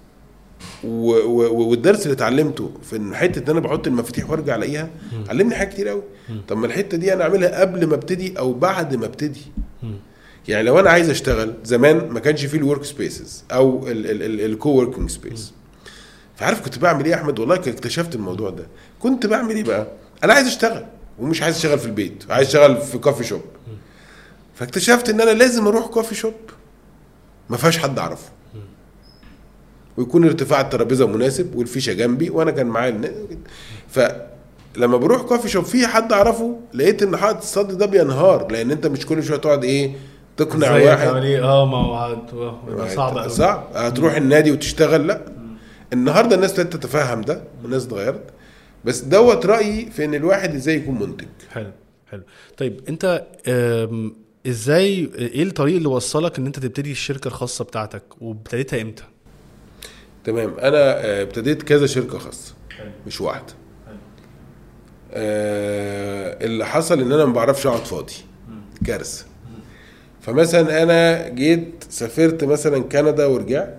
والدرس اللي اتعلمته في حته ان انا بحط المفاتيح وارجع الاقيها علمني حاجات كتير قوي. طب ما الحته دي انا اعملها قبل ما ابتدي او بعد ما ابتدي. يعني لو انا عايز اشتغل زمان ما كانش فيه الورك سبيسز او الكو وركينج سبيس، فعارف كنت بعمل ايه يا احمد؟ والله اكتشفت الموضوع ده. كنت بعمل ايه بقى؟ انا عايز اشتغل ومش عايز اشتغل في البيت، عايز اشتغل في كوفي شوب. فاكتشفت ان انا لازم اروح كوفي شوب ما فيهاش حد اعرفه ويكون ارتفاع الترابيزه مناسب والفيشه جنبي وانا كان معايا. فلما بروح كوفي شوب فيه حد اعرفه لقيت ان حائط الصد ده بينهار، لان انت مش كل شويه تقعد ايه تقنع واحد اه ما هو صعب صعب هتروح النادي وتشتغل. لا النهارده الناس ابتدت تتفهم ده والناس اتغيرت. بس دوت رايي في ان الواحد ازاي يكون منتج. حلو حلو. طيب انت ازاي ايه الطريق اللي وصلك ان انت تبتدي الشركه الخاصه بتاعتك وابتديتها امتى؟ تمام انا ابتديت كذا شركه خاصه مش واحده. آه اللي حصل ان انا ما بعرفش اقعد فاضي كارثه. فمثلا انا جيت سافرت مثلا كندا ورجعت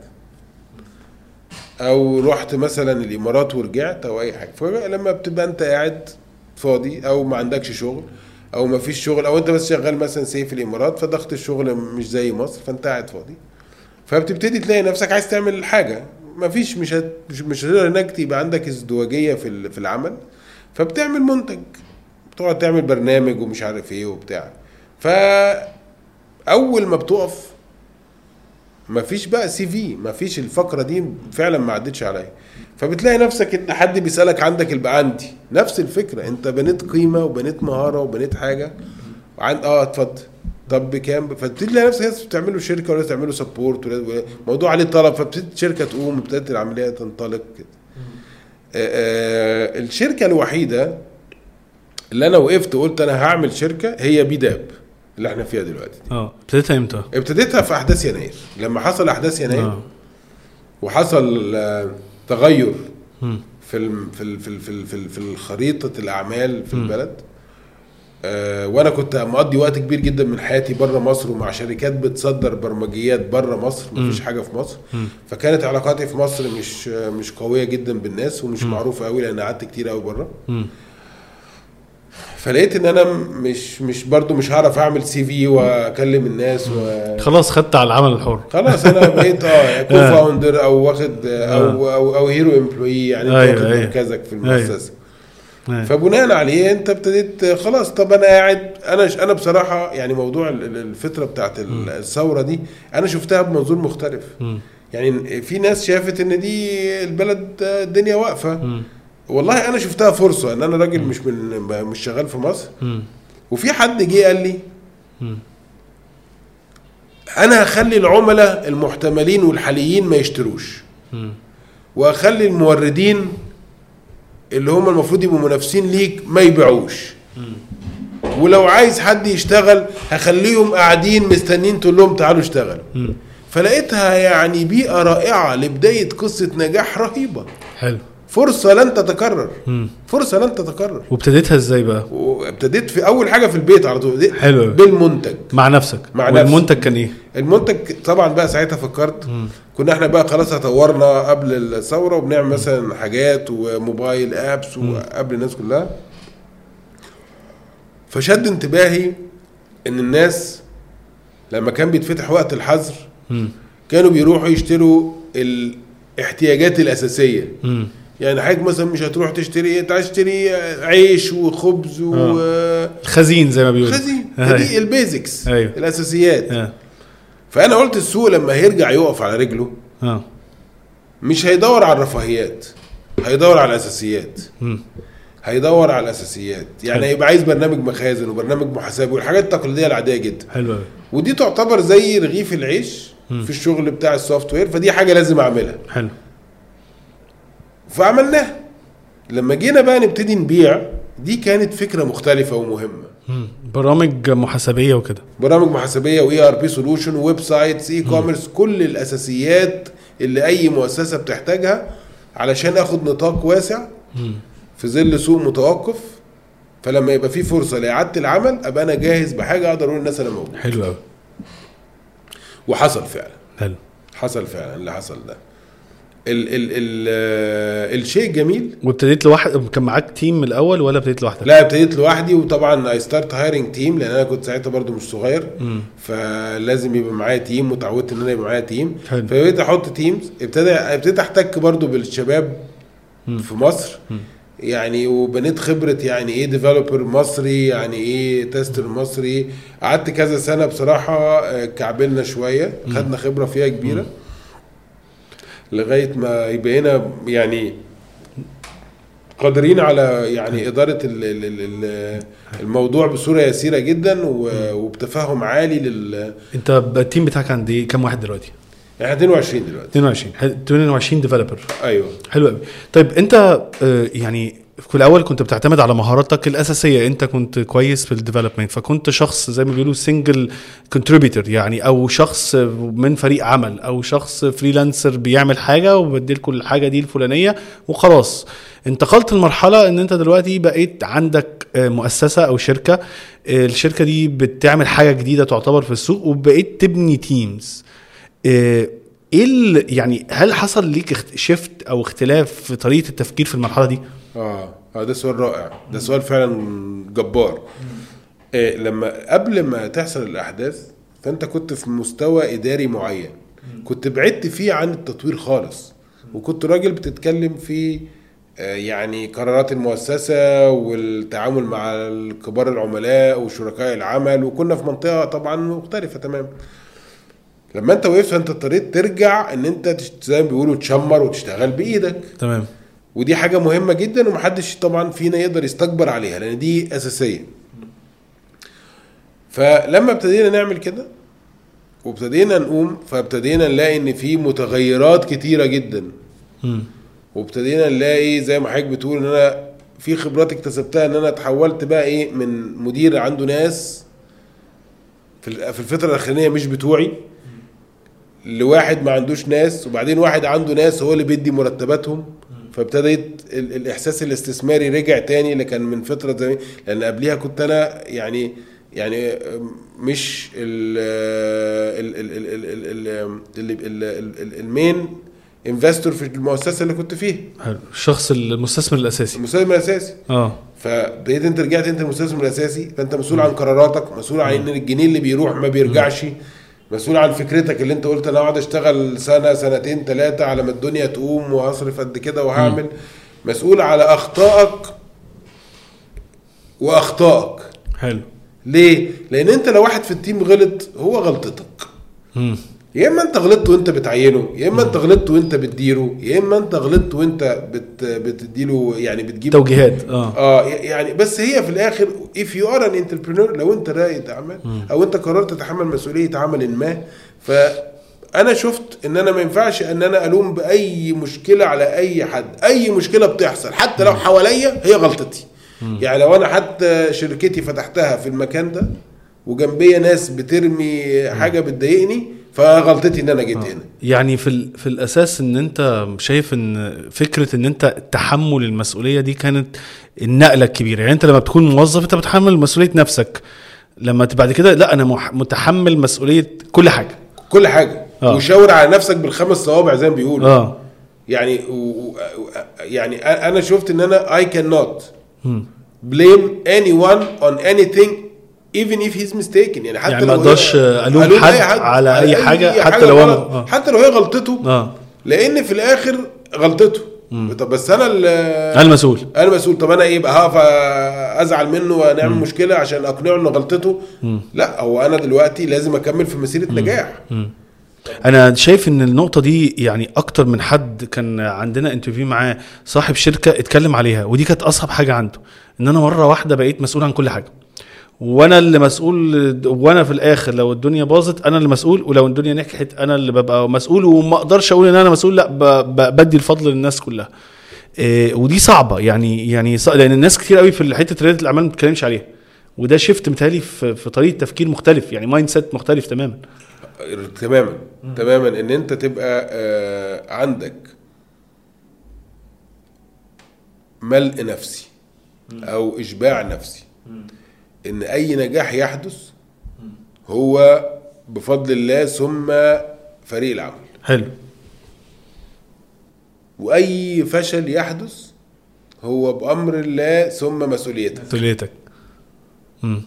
او رحت مثلا الامارات ورجعت او اي حاجه. فلما بتبقى انت قاعد فاضي او ما عندكش شغل او ما فيش شغل او انت بس شغال مثلا سي في الامارات فضغط الشغل مش زي مصر فانت قاعد فاضي فبتبتدي تلاقي نفسك عايز تعمل حاجه. ما فيش مش هت مش هتقدر انك يبقى عندك ازدواجيه في في العمل فبتعمل منتج بتقعد تعمل برنامج ومش عارف ايه وبتاع. فاول ما بتقف ما فيش بقى سي في ما فيش الفقره دي فعلا ما عدتش عليا. فبتلاقي نفسك ان حد بيسالك عندك البقى عندي نفس الفكره انت بنيت قيمه وبنيت مهاره وبنيت حاجه وعند اه اتفضل طب بكام. فبتلاقي نفسك بتعملوا شركه ولا تعملوا سبورت ولا موضوع عليه طلب فبتبتدي الشركه تقوم ابتدت العمليه تنطلق كده. آه الشركه الوحيده اللي انا وقفت قلت انا هعمل شركه هي بيداب اللي احنا فيها دلوقتي. اه ابتديتها امتى؟ ابتديتها في احداث يناير. لما حصل احداث يناير آه. وحصل آه تغير م. في ال في ال في ال في ال في, ال في الخريطه الاعمال في م. البلد. آه وانا كنت مقضي وقت كبير جدا من حياتي بره مصر ومع شركات بتصدر برمجيات بره مصر مفيش حاجه في مصر. م. فكانت علاقاتي في مصر مش مش قويه جدا بالناس ومش م. معروفه قوي لان قعدت كتير قوي بره. فلقيت ان انا مش مش برضو مش هعرف اعمل سي في واكلم الناس و... خلاص خدت على العمل الحر. خلاص انا بقيت اه كو فاوندر او واخد او او, أو هيرو امبلوي يعني واخد مركزك في المؤسسه. فبناء عليه انت ابتديت خلاص. طب انا قاعد انا انا بصراحه يعني موضوع الفتره بتاعت الثوره دي انا شفتها بمنظور مختلف. يعني في ناس شافت ان دي البلد الدنيا واقفه. والله انا شفتها فرصه ان انا راجل مش من مش شغال في مصر م. وفي حد جه قال لي م. انا هخلي العملاء المحتملين والحاليين ما يشتروش م. واخلي الموردين اللي هم المفروض يبقوا منافسين ليك ما يبيعوش م. ولو عايز حد يشتغل هخليهم قاعدين مستنين تقول لهم تعالوا اشتغلوا. فلقيتها يعني بيئة رائعة لبداية قصة نجاح رهيبة. حلو. فرصة لن تتكرر. مم. فرصة لن تتكرر. وابتديتها ازاي بقى؟ وابتديت في اول حاجة في البيت على طول. حلو. بالمنتج مع نفسك. مع والمنتج كان ايه؟ المنتج طبعا بقى ساعتها فكرت مم. كنا احنا بقى خلاص هطورنا قبل الثورة وبنعمل مثلا حاجات وموبايل ابس وقبل الناس كلها. فشد انتباهي ان الناس لما كان بيتفتح وقت الحظر مم. كانوا بيروحوا يشتروا الاحتياجات الاساسيه. مم. يعني حاجه مثلا مش هتروح تشتري تشتري عيش وخبز وخزين زي ما بيقولوا خزين دي البيزكس. أيوه. الاساسيات. أه. فانا قلت السوق لما هيرجع يقف على رجله أه. مش هيدور على الرفاهيات هيدور على الاساسيات. مم. هيدور على الاساسيات يعني هيبقى عايز برنامج مخازن وبرنامج محاسبه والحاجات التقليديه العاديه جدا. حلو. ودي تعتبر زي رغيف العيش مم. في الشغل بتاع السوفت وير. فدي حاجه لازم اعملها. حلو. فعملناها. لما جينا بقى نبتدي نبيع دي كانت فكره مختلفه ومهمه. مم. برامج محاسبيه وكده. برامج محاسبيه واي ار بي سولوشن وويب سايتس اي كوميرس كل الاساسيات اللي اي مؤسسه بتحتاجها علشان اخد نطاق واسع مم. في ظل سوق متوقف. فلما يبقى في فرصه لاعاده العمل ابقى انا جاهز بحاجه اقدر اقول للناس انا موجود. حلو قوي. وحصل فعلا. حلو. حصل فعلا اللي حصل ده. ال ال ال الشيء جميل. وابتديت لوحدك؟ كان معاك تيم من الاول ولا ابتديت لوحدك؟ لا ابتديت لوحدي. وطبعا اي ستارت هايرنج تيم لان انا كنت ساعتها برضو مش صغير. م. فلازم يبقى معايا تيم. متعودت ان انا يبقى معايا تيم. فبقيت احط تيمز. ابتدى ابتديت احتك برضو بالشباب م. في مصر. م. يعني وبنيت خبرة يعني ايه ديفلوبر مصري يعني ايه تيستر مصري. قعدت كذا سنة بصراحة كعبلنا شوية. خدنا خبرة فيها كبيرة م. لغاية ما يبقينا يعني قادرين على يعني إدارة الموضوع بصورة يسيرة جدا وبتفاهم عالي لل. انت التيم بتاعك عندي كم واحد دلوقتي؟ يعني اثنين وعشرين دلوقتي. اثنين وعشرين اثنين وعشرين ديفلوبر. ايوه. حلو قوي. طيب انت يعني في الاول كنت بتعتمد على مهاراتك الاساسيه. انت كنت كويس في الديفلوبمنت فكنت شخص زي ما بيقولوا سنجل كونتريبيوتور يعني او شخص من فريق عمل او شخص فريلانسر بيعمل حاجه وبديل كل حاجه دي الفلانيه وخلاص. انتقلت لمرحله ان انت دلوقتي بقيت عندك مؤسسه او شركه. الشركه دي بتعمل حاجه جديده تعتبر في السوق وبقيت تبني تيمز. ايه يعني هل حصل ليك شيفت او اختلاف في طريقه التفكير في المرحله دي؟ اه ده سؤال رائع. ده سؤال فعلا جبار. إيه لما قبل ما تحصل الاحداث فانت كنت في مستوى اداري معين كنت بعدت فيه عن التطوير خالص. وكنت راجل بتتكلم في يعني قرارات المؤسسة والتعامل مع كبار العملاء وشركاء العمل. وكنا في منطقة طبعا مختلفة تمام. لما انت وقفت انت اضطريت ترجع ان انت زي ما بيقولوا تشمر وتشتغل بايدك. تمام. ودي حاجة مهمة جدا ومحدش طبعا فينا يقدر يستكبر عليها لان دي اساسية. فلما ابتدينا نعمل كده وابتدينا نقوم فابتدينا نلاقي ان في متغيرات كتيرة جدا. م. وابتدينا نلاقي زي ما حضرتك بتقول ان انا في خبرات اكتسبتها ان انا اتحولت بقى ايه من مدير عنده ناس في الفترة الاخرانية مش بتوعي لواحد ما عندوش ناس. وبعدين واحد عنده ناس هو اللي بيدي مرتباتهم. فابتديت الاحساس الاستثماري رجع تاني اللي كان من فترة زي لان قبليها كنت انا يعني يعني مش ال المين انفستور في المؤسسه اللي كنت فيها. الشخص المستثمر الاساسي. المستثمر الاساسي. اه فبقيت انت رجعت انت المستثمر الاساسي. فانت مسؤول عن قراراتك. مسؤول عن ان الجنيه اللي بيروح ما بيرجعش. مسؤول عن فكرتك اللي انت قلت انا اقعد اشتغل سنه سنتين ثلاثه على ما الدنيا تقوم وهصرف قد كده وهعمل. م. مسؤول على اخطائك واخطائك. حلو. ليه؟ لان انت لو واحد في التيم غلط هو غلطتك. امم يا اما انت غلطت وانت بتعينه يا اما انت غلطت وانت بتديره يا اما انت غلطت وانت بت بتديله يعني بتجيب توجيهات. اه اه يعني بس هي في الاخر if you are an entrepreneur لو انت رائد اعمال او انت قررت تتحمل مسؤوليه عمل ما. فانا شفت ان انا ما ينفعش ان انا الوم باي مشكله على اي حد. اي مشكله بتحصل حتى لو حواليا هي غلطتي. يعني لو انا حتى شركتي فتحتها في المكان ده وجنبيه ناس بترمي حاجه بتضايقني فغلطتي ان انا جيت هنا. يعني في في الاساس ان انت شايف ان فكره ان انت تحمل المسؤوليه دي كانت النقله الكبيره. يعني انت لما بتكون موظف انت بتحمل مسؤوليه نفسك، لما بعد كده لا انا متحمل مسؤوليه كل حاجه كل حاجه آه. وشاور على نفسك بالخمس صوابع زي ما بيقولوا اه. يعني و... و... يعني انا شفت ان انا I cannot blame anyone on anything even if he's mistaken. يعني حتى يعني لو ما اقدرش الوم حد, حد على اي حاجه, حاجة حتى لو آه. حتى لو هي غلطته آه. لان في الاخر غلطته. مم. طب بس انا انا المسؤول انا مسؤول. طب انا ايه بقى هقف ازعل منه ونعمل مم. مشكله عشان اقنعه انه غلطته؟ مم. لا هو انا دلوقتي لازم اكمل في مسيره مم. نجاح. مم. انا شايف ان النقطه دي يعني اكتر من حد كان عندنا انترفيو معاه صاحب شركه اتكلم عليها، ودي كانت اصعب حاجه عنده، ان انا مره واحده بقيت مسؤول عن كل حاجه وانا اللي مسؤول، وانا في الاخر لو الدنيا باظت انا اللي مسؤول، ولو الدنيا نجحت انا اللي ببقى مسؤول، وما اقدرش اقول ان انا مسؤول، لا بدي الفضل للناس كلها. إيه ودي صعبه يعني يعني صعب لان الناس كتير قوي في حته رياده الاعمال ما بتتكلمش عليها، وده شيفت متهيألي في, في طريقه تفكير مختلف، يعني مايند سيت مختلف تماما تماما تماما ان انت تبقى آه عندك ملء نفسي او اشباع نفسي ان اي نجاح يحدث هو بفضل الله ثم فريق العمل. حلو. واي فشل يحدث هو بامر الله ثم مسؤوليتك مسؤوليتك امم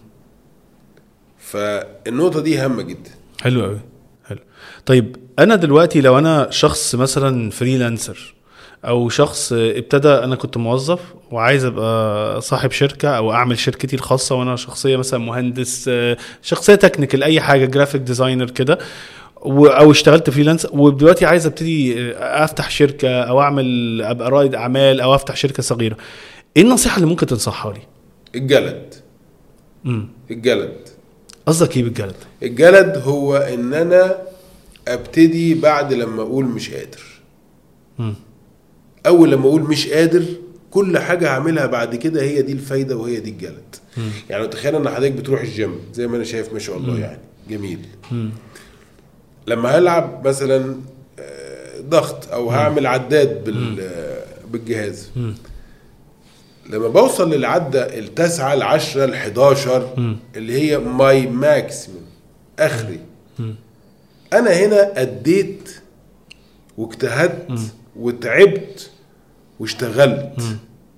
فالنقطه دي هامه جدا. حلو قوي. حلو. طيب انا دلوقتي لو انا شخص مثلا فريلانسر او شخص ابتدى، انا كنت موظف وعايز ابقى صاحب شركه او اعمل شركتي الخاصه، وانا شخصيه مثلا مهندس، شخصيه تكنيكال، اي حاجه، جرافيك ديزاينر كده، او اشتغلت فريلانس ودلوقتي عايز ابتدي افتح شركه او اعمل ابقى رائد اعمال او افتح شركه صغيره، ايه النصيحه اللي ممكن تنصحها لي؟ الجلد. امم الجلد. قصدك ايه بالجلد؟ الجلد هو ان انا ابتدي بعد لما اقول مش قادر. امم اول لما اقول مش قادر كل حاجه هعملها بعد كده هي دي الفايده وهي دي الجلد. مم. يعني تخيل ان حضرتك بتروح الجيم زي ما انا شايف ما شاء الله. مم. يعني جميل. مم. لما هلعب مثلا ضغط او هعمل عداد بال بالجهاز، مم. لما بوصل للعده التاسعه العشرة الحداشر اللي هي ماي ماكسيمم اخري، مم. انا هنا اديت واجتهدت مم. وتعبت واشتغلت. مم.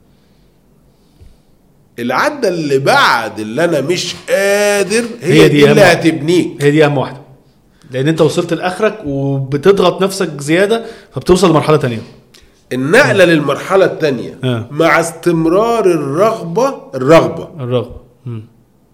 العدة اللي بعد اللي انا مش قادر هي, هي دي, دي اللي هتبنيك. هي دي اهم واحدة، لان انت وصلت لاخرك وبتضغط نفسك زيادة فبتوصل لمرحلة تانية. النقلة مم. للمرحلة التانية آه. مع استمرار الرغبة الرغبة الرغبة مم.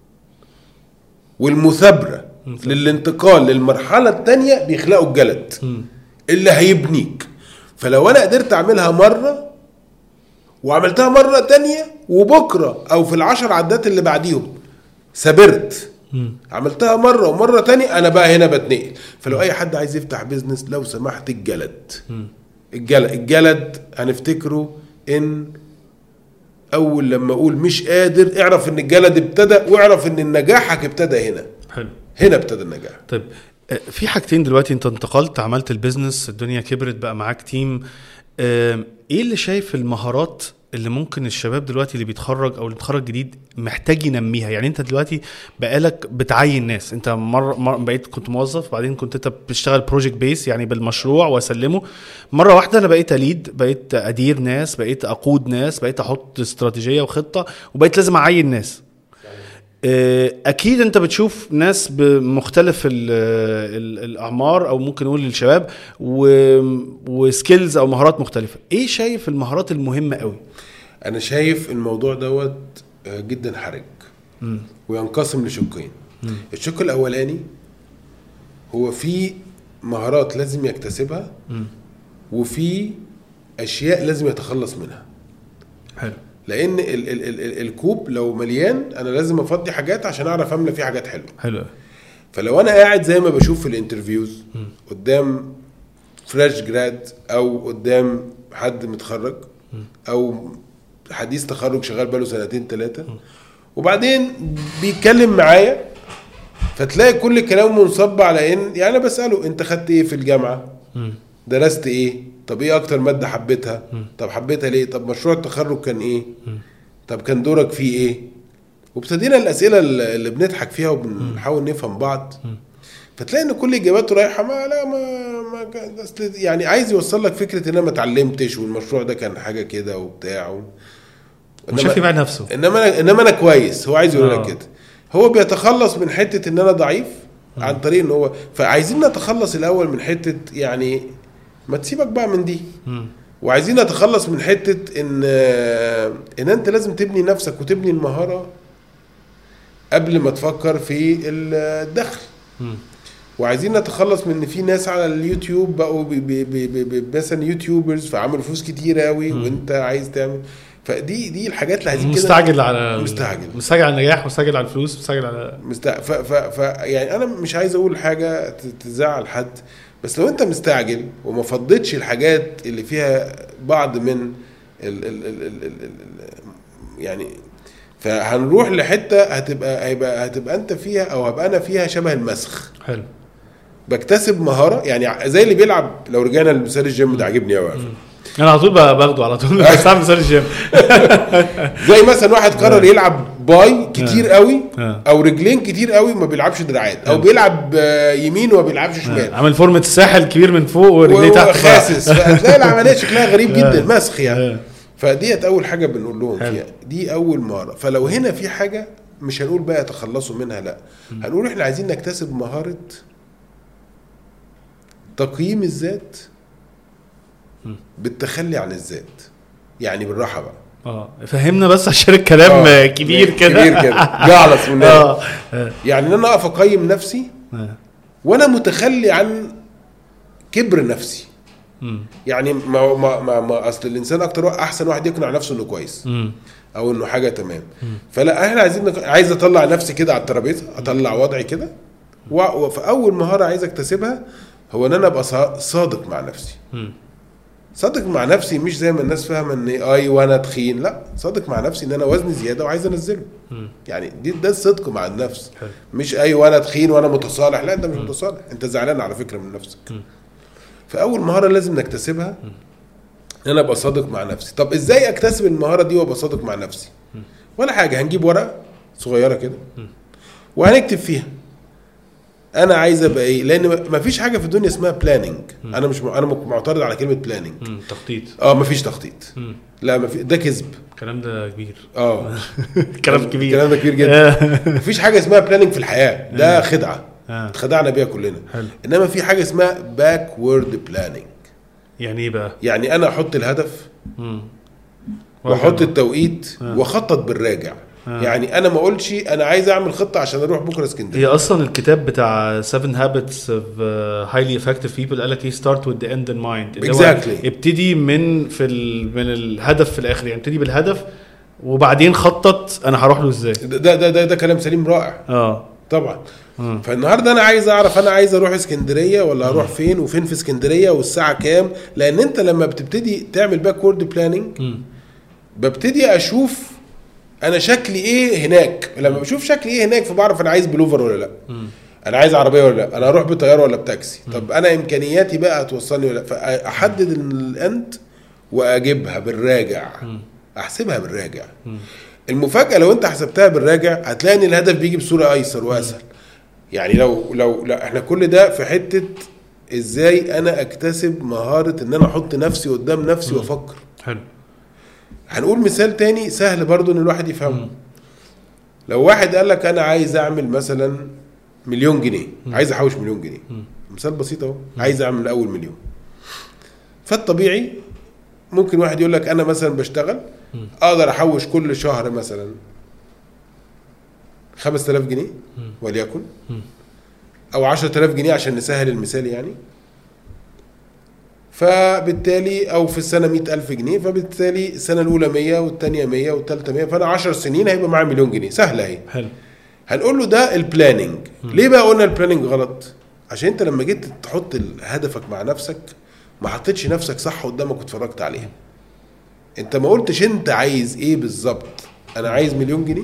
والمثابرة مم. للانتقال للمرحلة التانية بيخلقوا الجلد مم. اللي هيبنيك. فلو انا قدرت اعملها مرة وعملتها مرة تانية وبكرة او في العشر عدات اللي بعديهم سبرت م. عملتها مرة ومرة تانية انا بقى هنا بتنقل. فلو م. اي حد عايز يفتح بيزنس لو سمحت الجلد م. الجلد الجلد هنفتكره ان اول لما اقول مش قادر اعرف ان الجلد ابتدى واعرف ان نجاحك ابتدى هنا. حلو. هنا ابتدى النجاح. طيب في حاجتين دلوقتي، انت انتقلت عملت البيزنس، الدنيا كبرت بقى معاك تيم، ايه اللي شايف المهارات اللي ممكن الشباب دلوقتي اللي بيتخرج او اللي بيتخرج جديد محتاج ينميها؟ يعني انت دلوقتي بقالك بتعين ناس، انت مره مر بقيت كنت موظف، بعدين كنت انت بتشتغل بروجكت بيس يعني بالمشروع واسلمه، مره واحده انا بقيت اليد، بقيت ادير ناس، بقيت اقود ناس، بقيت احط استراتيجيه وخطه، وبقيت لازم اعين ناس. اكيد انت بتشوف ناس بمختلف ال ال الاعمار او ممكن نقول للشباب وسكيلز او مهارات مختلفه، ايه شايف المهارات المهمه قوي؟ انا شايف الموضوع دوت جدا حرج م. وينقسم لشقين. م. الشق الاولاني هو في مهارات لازم يكتسبها م. وفي اشياء لازم يتخلص منها. حلو. لان ال ال ال ال الكوب لو مليان انا لازم افضي حاجات عشان اعرف املى فيه حاجات حلوه. حلو. فلو انا قاعد زي ما بشوف في الانترفيوز م. قدام فريش جراد او قدام حد متخرج م. او حديث تخرج شغال بقاله سنتين ثلاثه، وبعدين بيتكلم معايا فتلاقي كل كلامه منصب على ان يعني انا بساله انت خدت ايه في الجامعه، درست ايه، طب ايه اكتر ماده حبيتها، طب حبيتها ليه، طب مشروع التخرج كان ايه، طب كان دورك فيه ايه. وابتدينا الاسئله اللي بنضحك فيها وبنحاول نفهم بعض، فتلاقي ان كل اجاباته رايحه ما لا ما, ما يعني عايز يوصل لك فكره ان انا ما اتعلمتش والمشروع ده كان حاجه كده وبتاع، مش شايف بقى نفسه. انما انا انما انا كويس، هو عايز يقول لك كده. هو بيتخلص من حته ان انا ضعيف م. عن طريق ان هو، فعايزين نتخلص الاول من حته يعني ما تسيبك بقى من دي م. وعايزين نتخلص من حته ان ان انت لازم تبني نفسك وتبني المهاره قبل ما تفكر في الدخل م. وعايزين نتخلص من ان في ناس على اليوتيوب بقوا مثلا يوتيوبرز فعملوا فلوس كتير قوي وانت عايز تعمل، فدي دي الحاجات اللي عايزين كده. مستعجل على مستعجل مستعجل على النجاح، مستعجل على الفلوس، مستعجل على مستع... ف... ف... ف يعني انا مش عايز اقول حاجه تزعل حد، بس لو انت مستعجل وما فضيتش الحاجات اللي فيها بعض من ال... ال... ال... ال... ال... يعني فهنروح لحته هتبقى هيبقى هتبقى انت فيها او هبقى انا فيها شبه المسخ. حلو. بكتسب مهاره يعني زي اللي بيلعب، لو رجعنا لمثال الجيم ده عجبني قوي انا على طول باخده على طول بستعمل مثال الجيم. زي مثلا واحد قرر يلعب باي كتير قوي او رجلين كتير قوي ما بيلعبش دراعات، او بيلعب يمين وما بيلعبش شمال، عمل فورمه الساحل كبير من فوق ورجليه تحت خاسس، فتلاقي العمليه شكلها غريب جدا، مسخ يعني. فديت اول حاجه بنقول لهم فيها، دي اول مهاره. فلو هنا في حاجه مش هنقول بقى تخلصوا منها، لا هنقول احنا عايزين نكتسب مهاره تقييم الذات بالتخلي عن الذات، يعني بالراحه بقى. اه فهمنا بس عشان الكلام آه. كبير كده كبير كده جعلص من آه. يعني انا اقف اقيم نفسي آه. وانا متخلي عن كبر نفسي. م. يعني ما ما ما, ما اصل الانسان اكتر احسن واحد يقنع نفسه انه كويس م. او انه حاجه تمام. م. فلا احنا عايزين عايز اطلع نفسي كده على الترابيزه، اطلع وضعي كده، وفاول مهاره عايز اكتسبها هو ان انا ابقى صادق مع نفسي. م. صادق مع نفسي مش زي ما الناس فاهمه ان اي وانا تخين، لا صادق مع نفسي ان انا وزني زياده وعايز انزله. م. يعني دي ده الصدق مع النفس. حل. مش اي وانا تخين وانا متصالح، لا انت مش م. متصالح، انت زعلان على فكره من نفسك. م. فاول مهاره لازم نكتسبها ان انا ابقى صادق مع نفسي. طب ازاي اكتسب المهاره دي وابقى صادق مع نفسي؟ م. ولا حاجه، هنجيب ورقه صغيره كده وهنكتب فيها انا عايز ابقى ايه، لان مفيش حاجه في الدنيا اسمها بلاننج. انا مش م... انا معترض على كلمه بلاننج. تخطيط. اه مفيش تخطيط. مم. لا مفي... ده كذب. الكلام ده كبير. اه كلام كبير. الكلام ده كبير جدا. مفيش حاجه اسمها بلاننج في الحياه، ده خدعه اتخدعنا بيها كلنا. حلو. انما في حاجه اسمها باكورد بلاننج. يعني ايه بقى؟ يعني انا احط الهدف واحط التوقيت واخطط بالراجع. آه. يعني انا ما اقولش انا عايز اعمل خطه عشان اروح بكره اسكندريه. هي اصلا الكتاب بتاع seven habits of uh, highly effective people قال لك ايه start with the end in mind. exactly. ابتدي من في ال... من الهدف في الاخر، يعني ابتدي بالهدف وبعدين خطط انا هروح له ازاي. ده ده ده, ده كلام سليم رائع. اه طبعا. م. فالنهارده انا عايز اعرف انا عايز اروح اسكندريه ولا اروح فين وفين في اسكندريه والساعه كام، لان انت لما بتبتدي تعمل باكورد بلاننج ببتدي اشوف انا شكلي ايه هناك. لما بشوف شكلي ايه هناك فبعرف انا عايز بلوفر ولا لا، م. انا عايز عربيه ولا لا، انا اروح بطياره ولا بتاكسي، م. طب انا امكانياتي بقى هتوصلني ولا لا، فاحدد الاند واجيبها بالراجع. م. احسبها بالراجع. م. المفاجاه لو انت حسبتها بالراجع هتلاقي ان الهدف بيجي بصوره ايسر واسهل. يعني لو لو لا احنا كل ده في حته ازاي انا اكتسب مهاره ان انا احط نفسي قدام نفسي م. وافكر. حلو. هنقول مثال تاني سهل برضو ان الواحد يفهمه. م. لو واحد قال لك انا عايز اعمل مثلا مليون جنيه، م. عايز احوش مليون جنيه، م. مثال بسيط اهو، عايز اعمل اول مليون. فالطبيعي ممكن واحد يقول لك انا مثلا بشتغل م. اقدر احوش كل شهر مثلا خمسة آلاف جنيه وليكن، م. او عشرة آلاف جنيه عشان نسهل المثال يعني، فبالتالي او في السنه مئة ألف جنيه، فبالتالي السنه الاولى مية والثانيه مية والثالثه مية، فانا عشر سنين هيبقى معايا مليون جنيه. سهله اهي. حلو. هنقول له ده البلاننج. ليه بقى قلنا البلاننج غلط؟ عشان انت لما جيت تحط هدفك مع نفسك ما حطيتش نفسك صح قدامك واتفرجت عليها. انت ما قلتش انت عايز ايه بالظبط. انا عايز مليون جنيه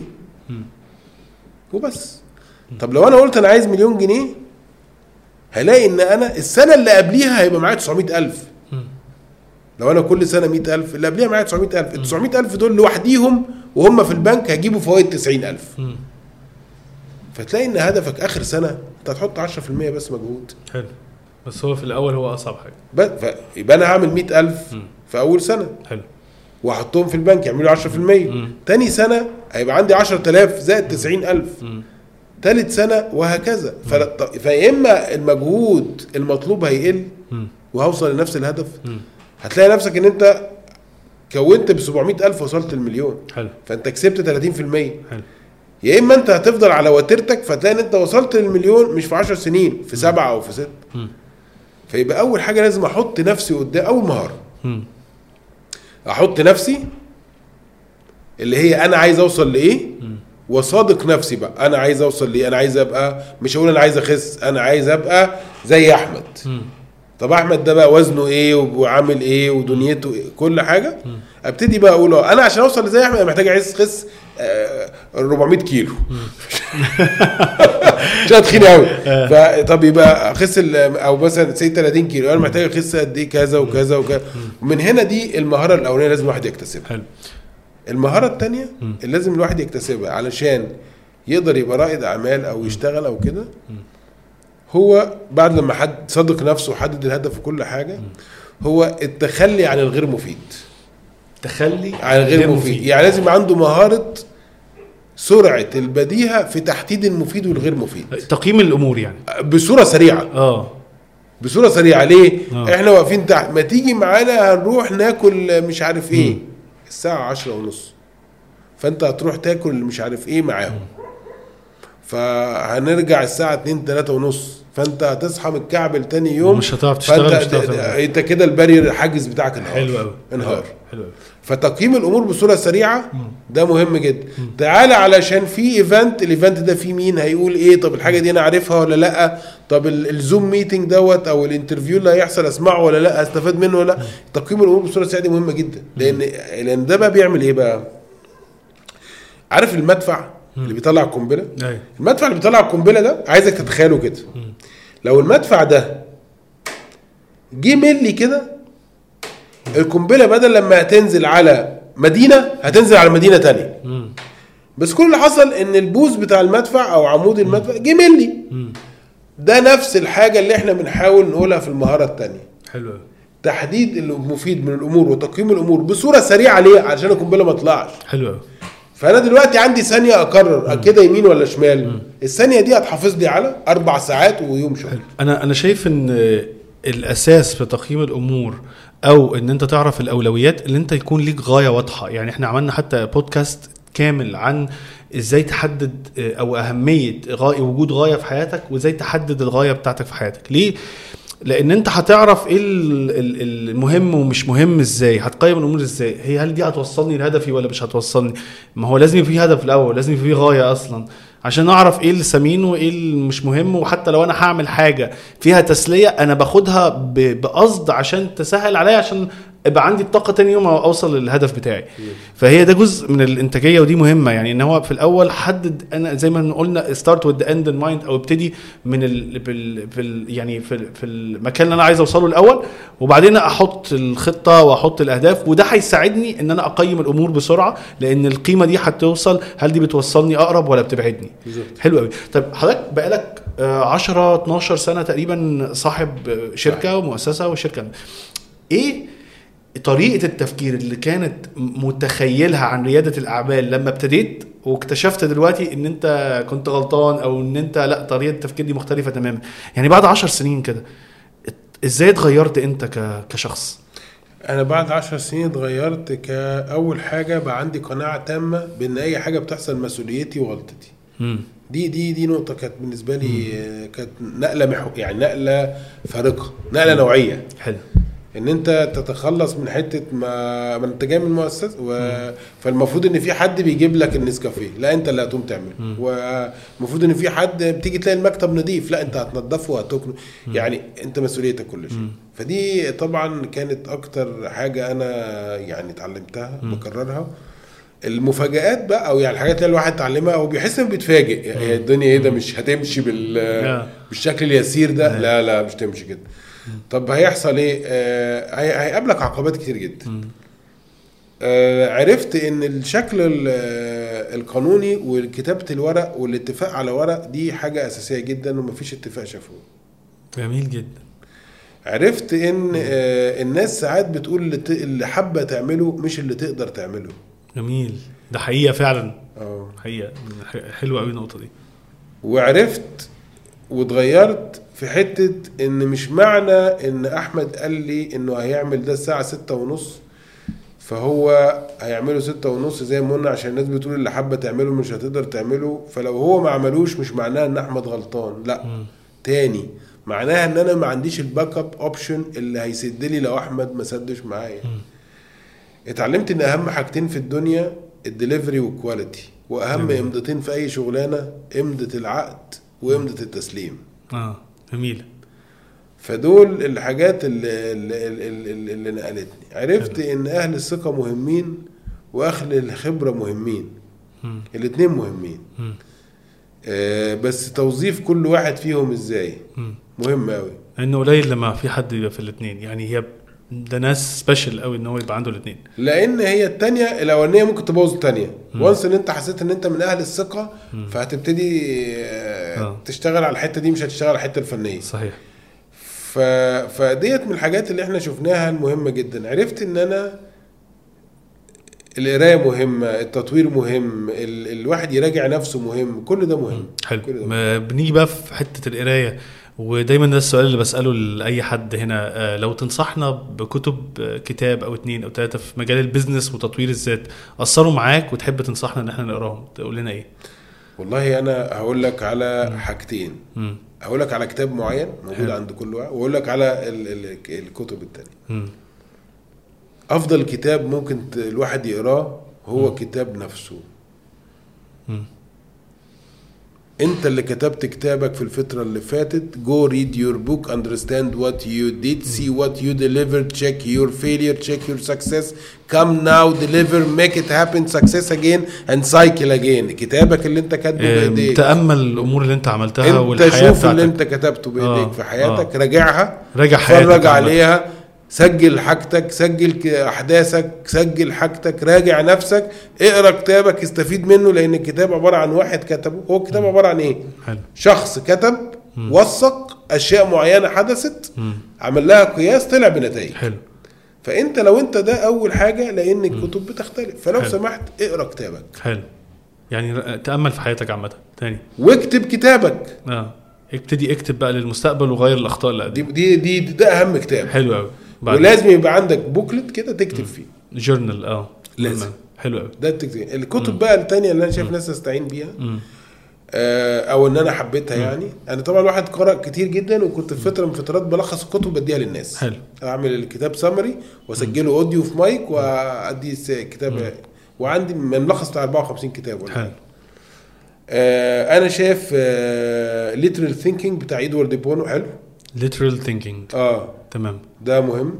وبس. طب لو انا قلت انا عايز مليون جنيه هلاقي ان انا السنه اللي قبليها هيبقى معايا تسعمية ألف. لو انا كل سنه مية ألف اللي قبليها معايا تسعمية ألف. ال تسعمية ألف دول لوحديهم وهم في البنك هيجيبوا فوائد تسعين ألف. فتلاقي ان هدفك اخر سنه انت هتحط عشرة في المية بس مجهود. حلو. بس هو في الاول هو اصعب حاجه. بس يبقى انا هعمل مية ألف في اول سنه. حلو. واحطهم في البنك يعملوا عشرة في المية. تاني سنه هيبقى عندي عشرة آلاف زائد تسعين ألف. ثالث سنه وهكذا. فاما المجهود المطلوب هيقل وهوصل لنفس الهدف. م. هتلاقي نفسك ان انت كونت ب سبعمية ألف وصلت المليون. حلو. فانت كسبت ثلاثين في المية. حلو. يا اما انت هتفضل على وتيرتك فتلاقي ان انت وصلت للمليون مش في عشر سنين في سبعة او في ست. م. فيبقى اول حاجه لازم احط نفسي قدام اول مهاره. م. احط نفسي اللي هي انا عايز اوصل لايه. م. وصادق نفسي بقى انا عايز اوصل ليه. انا عايز ابقى مش هقول انا عايز اخس. انا عايز ابقى زي احمد. م. طب احمد ده بقى وزنه ايه وعامل ايه ودنيته إيه؟ كل حاجه. م. ابتدي بقى اقول انا عشان اوصل زي احمد محتاج اعيز خس آه أربعمية كيلو. مش هتخين قوي. فطب يبقى اخس او مثلا سي ثلاثين كيلو انا محتاج اخس قد ايه كذا وكذا وكذا. ومن هنا دي المهاره الاولانيه لازم الواحد يكتسبها. حلو. المهاره الثانيه اللي لازم الواحد يكتسبها علشان يقدر يبقى رائد اعمال او يشتغل او كده هو بعد لما حد صدق نفسه وحدد الهدف وكل حاجه هو التخلي عن الغير مفيد. تخلي عن الغير مفيد. مفيد يعني لازم عنده مهاره سرعه البديهه في تحديد المفيد والغير مفيد. تقييم الامور يعني بصوره سريعه. اه بصوره سريعه. ليه؟ أوه. احنا واقفين تحت ما تيجي معانا هنروح ناكل مش عارف ايه. م. الساعه عشرة ونص فانت هتروح تاكل مش عارف ايه معاهم. فهنرجع الساعه اتنين تلاتة ونص فانت هتصحى من الكعبل تاني يوم مش هتعرف تشتغل. مش هتعرف انت كده البارير الحاجز بتاعك انهار. حلو قوي. انهار. حلو قوي. فتقييم الامور بصوره سريعه ده مهم جدا. تعالى علشان في ايفنت الايفنت ده في مين هيقول ايه. طب الحاجه دي انا عارفها ولا لا. طب الزوم ميتنج دوت او الانترفيو اللي هيحصل اسمعه ولا لا استفاد منه ولا لا. تقييم الامور بصوره سريعه دي مهمه جدا لان لان ده بقى بيعمل ايه بقى. عارف المدفع اللي بيطلع القنبله. المدفع اللي بيطلع القنبله ده عايزك تتخيله كده. لو المدفع ده جه ملي كده القنبله بدل لما هتنزل على مدينه هتنزل على مدينه تانية. بس كل اللي حصل ان البوز بتاع المدفع او عمود المدفع جه ملي. ده نفس الحاجه اللي احنا بنحاول نقولها في المهاره التانية. حلو. تحديد المفيد من الامور وتقييم الامور بصوره سريعه ليه عشان القنبله ما تطلعش. حلو. فانا دلوقتي عندي ثانيه اقرر كده يمين ولا شمال. مم. الثانيه دي هتحافظ لي على اربع ساعات ويوم شغل. انا انا شايف ان الاساس في تقييم الامور او ان انت تعرف الاولويات اللي انت يكون ليك غايه واضحه. يعني احنا عملنا حتى بودكاست كامل عن ازاي تحدد او اهميه غاية وجود غايه في حياتك وازاي تحدد الغايه بتاعتك في حياتك. ليه؟ لان انت هتعرف ايه المهم ومش مهم ازاي. هتقيم الامور ازاي. هي هل دي هتوصلني لهدفي ولا مش هتوصلني. ما هو لازم يبقى في هدف الاول. لازم يبقى في غايه اصلا عشان اعرف ايه اللي سمين وايه اللي مش مهم. وحتى لو انا هعمل حاجه فيها تسليه انا باخدها بقصد عشان تسهل عليا عشان ابقى عندي الطاقه تاني يوم اوصل للهدف بتاعي. فهي ده جزء من الانتاجيه ودي مهمه. يعني ان هو في الاول حدد انا زي ما قلنا start with the end in mind او ابتدي من ال في ال يعني في في المكان اللي انا عايز اوصله الاول وبعدين احط الخطه واحط الاهداف. وده هيساعدني ان انا اقيم الامور بسرعه لان القيمه دي هتوصل هل دي بتوصلني اقرب ولا بتبعدني. حلو قوي. طيب حضرتك بقالك عشرة اتناشر سنه تقريبا صاحب شركه ومؤسسه وشركه. ايه طريقة التفكير اللي كانت متخيلها عن ريادة الأعمال لما ابتديت واكتشفت دلوقتي ان انت كنت غلطان او ان انت لا طريقة التفكير دي مختلفة تماما. يعني بعد عشر سنين كده ازاي اتغيرت انت كشخص؟ انا بعد عشر سنين اتغيرت. كأول حاجة بقى عندي قناعة تامة بان اي حاجة بتحصل مسؤوليتي وغلطتي. م. دي دي دي نقطة كانت بالنسبة لي كانت نقلة محو يعني نقلة فارقة نقلة م. نوعية. حلو. ان انت تتخلص من حته ما, ما انت جاي من مؤسسه و... فالمفروض ان في حد بيجيب لك النسكافيه، لا انت اللي هتقوم تعمله. والمفروض ان في حد بتيجي تلاقي المكتب نظيف، لا انت هتنضفه وهتكنه، يعني انت مسؤوليتك كل شيء. فدي طبعا كانت اكتر حاجه انا يعني اتعلمتها بكررها. المفاجآت بقى او يعني الحاجات اللي الواحد اتعلمها او بيحس انه بيتفاجئ، يعني الدنيا ايه ده مش هتمشي بال بالشكل اليسير ده، لا لا مش تمشي كده. طب هيحصل ايه؟ آه هيقابلك عقبات كتير جدا. آه عرفت ان الشكل القانوني وكتابة الورق والاتفاق على ورق دي حاجة اساسية جدا ومفيش اتفاق شافوه. جميل جدا. عرفت ان آه الناس ساعات بتقول اللي, ت... اللي حابة تعمله مش اللي تقدر تعمله. جميل، ده حقيقة فعلا. اه حقيقة حلوة قوي النقطة دي. وعرفت واتغيرت في حتة ان مش معنى ان احمد قال لي انه هيعمل ده الساعة ستة ونص فهو هيعمله ستة ونص زي ما قلنا، عشان الناس بتقول اللي حابة تعمله مش هتقدر تعمله. فلو هو ما عملوش مش معناها ان احمد غلطان، لا م. تاني معناها ان انا ما عنديش الباك اب اوبشن اللي هيسد لي لو احمد ما سدش معايا. اتعلمت ان اهم حاجتين في الدنيا الدليفري والكواليتي، واهم امضتين في اي شغلانة امضة العقد وامضة التسليم. اه جميل. فدول الحاجات اللي, اللي, اللي, اللي نقلتني. عرفت حلو. ان اهل الثقة مهمين واهل الخبرة مهمين، الاثنين مهمين. آه بس توظيف كل واحد فيهم ازاي م. مهم قوي، انه قليل لما في حد يبقى في الاثنين. يعني هي ده ناس سبيشال قوي ان هو يبقى عنده الاثنين، لان هي الثانيه الاولانيه ممكن تبوظ الثانيه. وانس ان انت حسيت ان انت من اهل الثقه م. فهتبتدي آه. تشتغل على الحته دي، مش هتشتغل على الحته الفنيه. صحيح. ف... فديت من الحاجات اللي احنا شفناها المهمه جدا. عرفت ان انا القرايه مهمه، التطوير مهم، ال... الواحد يراجع نفسه مهم، كل ده مهم. حلو. ما بنيجي بقى في حته القرايه، ودايما ده السؤال اللي بسأله لأي حد هنا، لو تنصحنا بكتب كتاب أو اتنين أو تلاتة في مجال البيزنس وتطوير الذات أثروا معاك وتحب تنصحنا إن احنا نقراهم، تقول لنا إيه؟ والله أنا هقول لك على م. حاجتين. م. هقول لك على كتاب معين موجود عند كل واحد، وأقول لك على ال ال الكتب التانية. م. أفضل كتاب ممكن الواحد يقراه هو م. كتاب نفسه. م. انت اللي كتبت كتابك في الفترة اللي فاتت. go read your book, understand what you did, see what you delivered, check your failure, check your success, come now, deliver, make it happen, success again and cycle again. كتابك اللي انت كاتبه بايديك، تأمل الامور اللي انت عملتها والحياة بتاعتك، انت شوف اللي انت كتبته بايديك آه. في حياتك. آه. راجعها، راجع حياتك، فرج عليها، سجل حاجتك، سجل احداثك، سجل حاجتك، راجع نفسك، اقرا كتابك، استفيد منه. لان الكتاب عباره عن واحد كتبه. هو الكتاب عباره عن ايه؟ حلو. شخص كتب م. وثق اشياء معينه حدثت، م. عمل لها قياس، طلع بنتائج. حلو. فانت لو انت ده اول حاجه، لان الكتب بتختلف، فلو حلو. سمحت اقرا كتابك. حلو. يعني تامل في حياتك عامه. تاني واكتب كتابك. اه ابتدي اكتب بقى للمستقبل وغير الاخطاء اللي دي دي دي ده اهم كتاب. حلو قوي. ولازم يبقى عندك بوكلت كده تكتب فيه، جورنال. اه لازم. حلو قوي ده التكتب. الكتب م. بقى التانية اللي انا شايف ناس استعين بيها آه او ان انا حبيتها. م. يعني انا طبعا الواحد قرأ كتير جدا، وكنت في فتره من فترات بلخص الكتب بديها للناس. حلو. اعمل الكتاب سامري واسجله اوديو في مايك وادي كتاب. م. وعندي ملخص بتاع أربعة وخمسين كتاب ولا حلو. آه انا شايف آه literal thinking بتاع إدوارد دي بونو حلو. literal thinking اه تمام، ده مهم.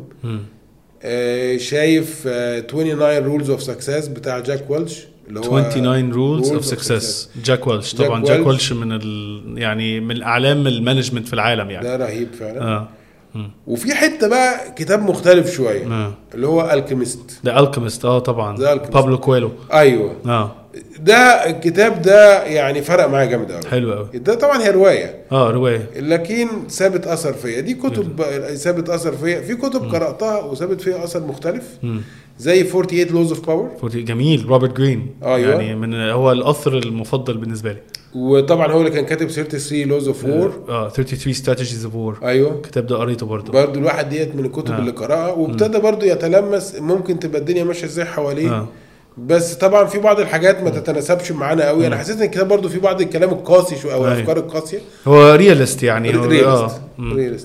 آه شايف آه تسعة وعشرين rules of success بتاع جاك والش، اللي هو تسعة وعشرين rules of success. جاك والش طبعا. جاك, جاك والش من ال... يعني من الاعلام المانجمنت في العالم يعني. ده رهيب فعلا. اه مم. وفي حته بقى كتاب مختلف شويه آه. اللي هو الكيميست. ده الكيميست اه طبعا، بابلو كويلو. ايوه اه ده الكتاب ده يعني فرق معايا جامد قوي. حلو قوي. ده طبعا هي روايه اه روايه لكن ثابت اثر فيا. دي كتب ثابت اثر فيا. في كتب م. قراتها وثابت فيها اثر مختلف م. زي ثمانية وأربعين لوز اوف باور. جميل، روبرت جرين. أيوة. يعني من هو الاثر المفضل بالنسبه لي. وطبعا هو اللي كان كاتب ثلاثة وثلاثين لوز اوف وور. اه ثلاثة وثلاثين ستراتيجيز اوف وور. ايوه الكتاب ده قريته برضه. برضه الواحد ديت من الكتب آه. اللي قراها وابتدى برضه يتلمس ممكن تبقى الدنيا ماشيه ازاي حواليه. آه. بس طبعا في بعض الحاجات ما تتناسبش معانا قوي. انا حسيت ان الكتاب برضه في بعض الكلام القاسي شو او الافكار القاسيه. هو ريالست يعني. ريالست. ريالست.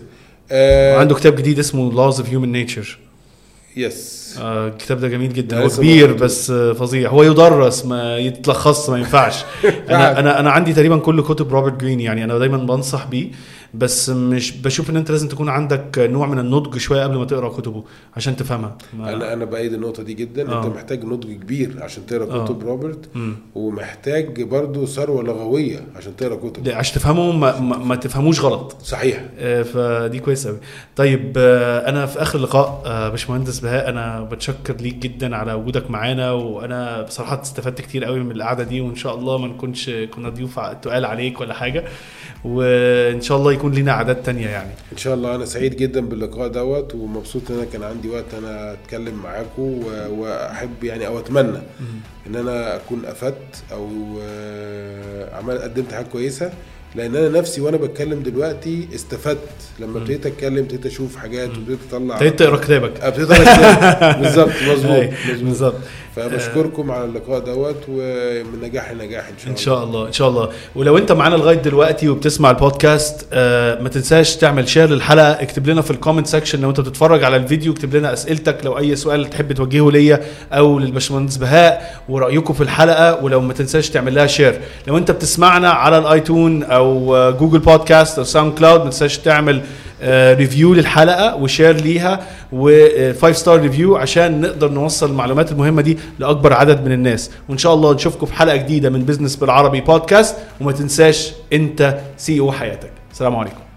آه عنده كتاب جديد اسمه Laws of Human Nature. يس آه الكتاب ده جميل جدا، ده هو لسه كبير موجود. بس آه فظيع، هو يدرس ما يتلخص ما ينفعش. انا انا انا عندي تقريبا كل كتب روبرت جرين، يعني انا دايما بنصح بيه، بس مش بشوف ان انت لازم تكون عندك نوع من النضج شويه قبل ما تقرا كتبه عشان تفهمها. ما- انا انا بايد النقطه دي جدا. آه. انت محتاج نضج كبير عشان تقرا آه. كتب روبرت، مم. ومحتاج برضو ثروه لغويه عشان تقرا كتب. لا، عشان تفهمه ما, ما, ما تفهموش غلط. صحيح. آه، فدي كويس قوي. طيب آه، انا في اخر لقاء آه، باشمهندس بهاء، انا بتشكر ليك جدا على وجودك معانا، وانا بصراحه استفدت كتير قوي من القعده دي، وان شاء الله ما نكونش كنا ضيوف تقال عليك ولا حاجه، وان شاء الله يكون لنا عادات تانية يعني. ان شاء الله. انا سعيد جدا باللقاء دوت، ومبسوط ان انا كان عندي وقت انا اتكلم معاكم، و- واحب يعني او اتمنى ان انا اكون افدت او آه، عمل قدمت حاجه كويسه، لان انا نفسي وانا بتكلم دلوقتي استفدت لما ابتديت اتكلم، ابتديت اشوف حاجات وابتديت اطلع، ابتديت تقرا كتابك. ابتديت اقرا بالظبط. مظبوط أي، مظبوط. بالظبط. فبشكركم على اللقاء دوت، ومن نجاح لنجاح ان شاء الله. ان شاء الله ان شاء الله. ولو انت معانا لغايه دلوقتي وبتسمع البودكاست، آه ما تنساش تعمل شير للحلقه، اكتب لنا في الكومنت سيكشن لو انت بتتفرج على الفيديو، اكتب لنا اسئلتك لو اي سؤال تحب توجهه ليا او للباشمهندس بهاء، ورايكم في الحلقه. ولو ما تنساش تعمل لها شير. لو انت بتسمعنا على الايتون او آه، جوجل بودكاست او ساوند كلاود، ما تنساش تعمل آه ريفيو للحلقه وشير ليها وفايف ستار ريفيو عشان نقدر نوصل المعلومات المهمه دي لاكبر عدد من الناس. وان شاء الله نشوفكم في حلقه جديده من بيزنس بالعربي بودكاست. وما تنساش انت سي او حياتك. السلام عليكم.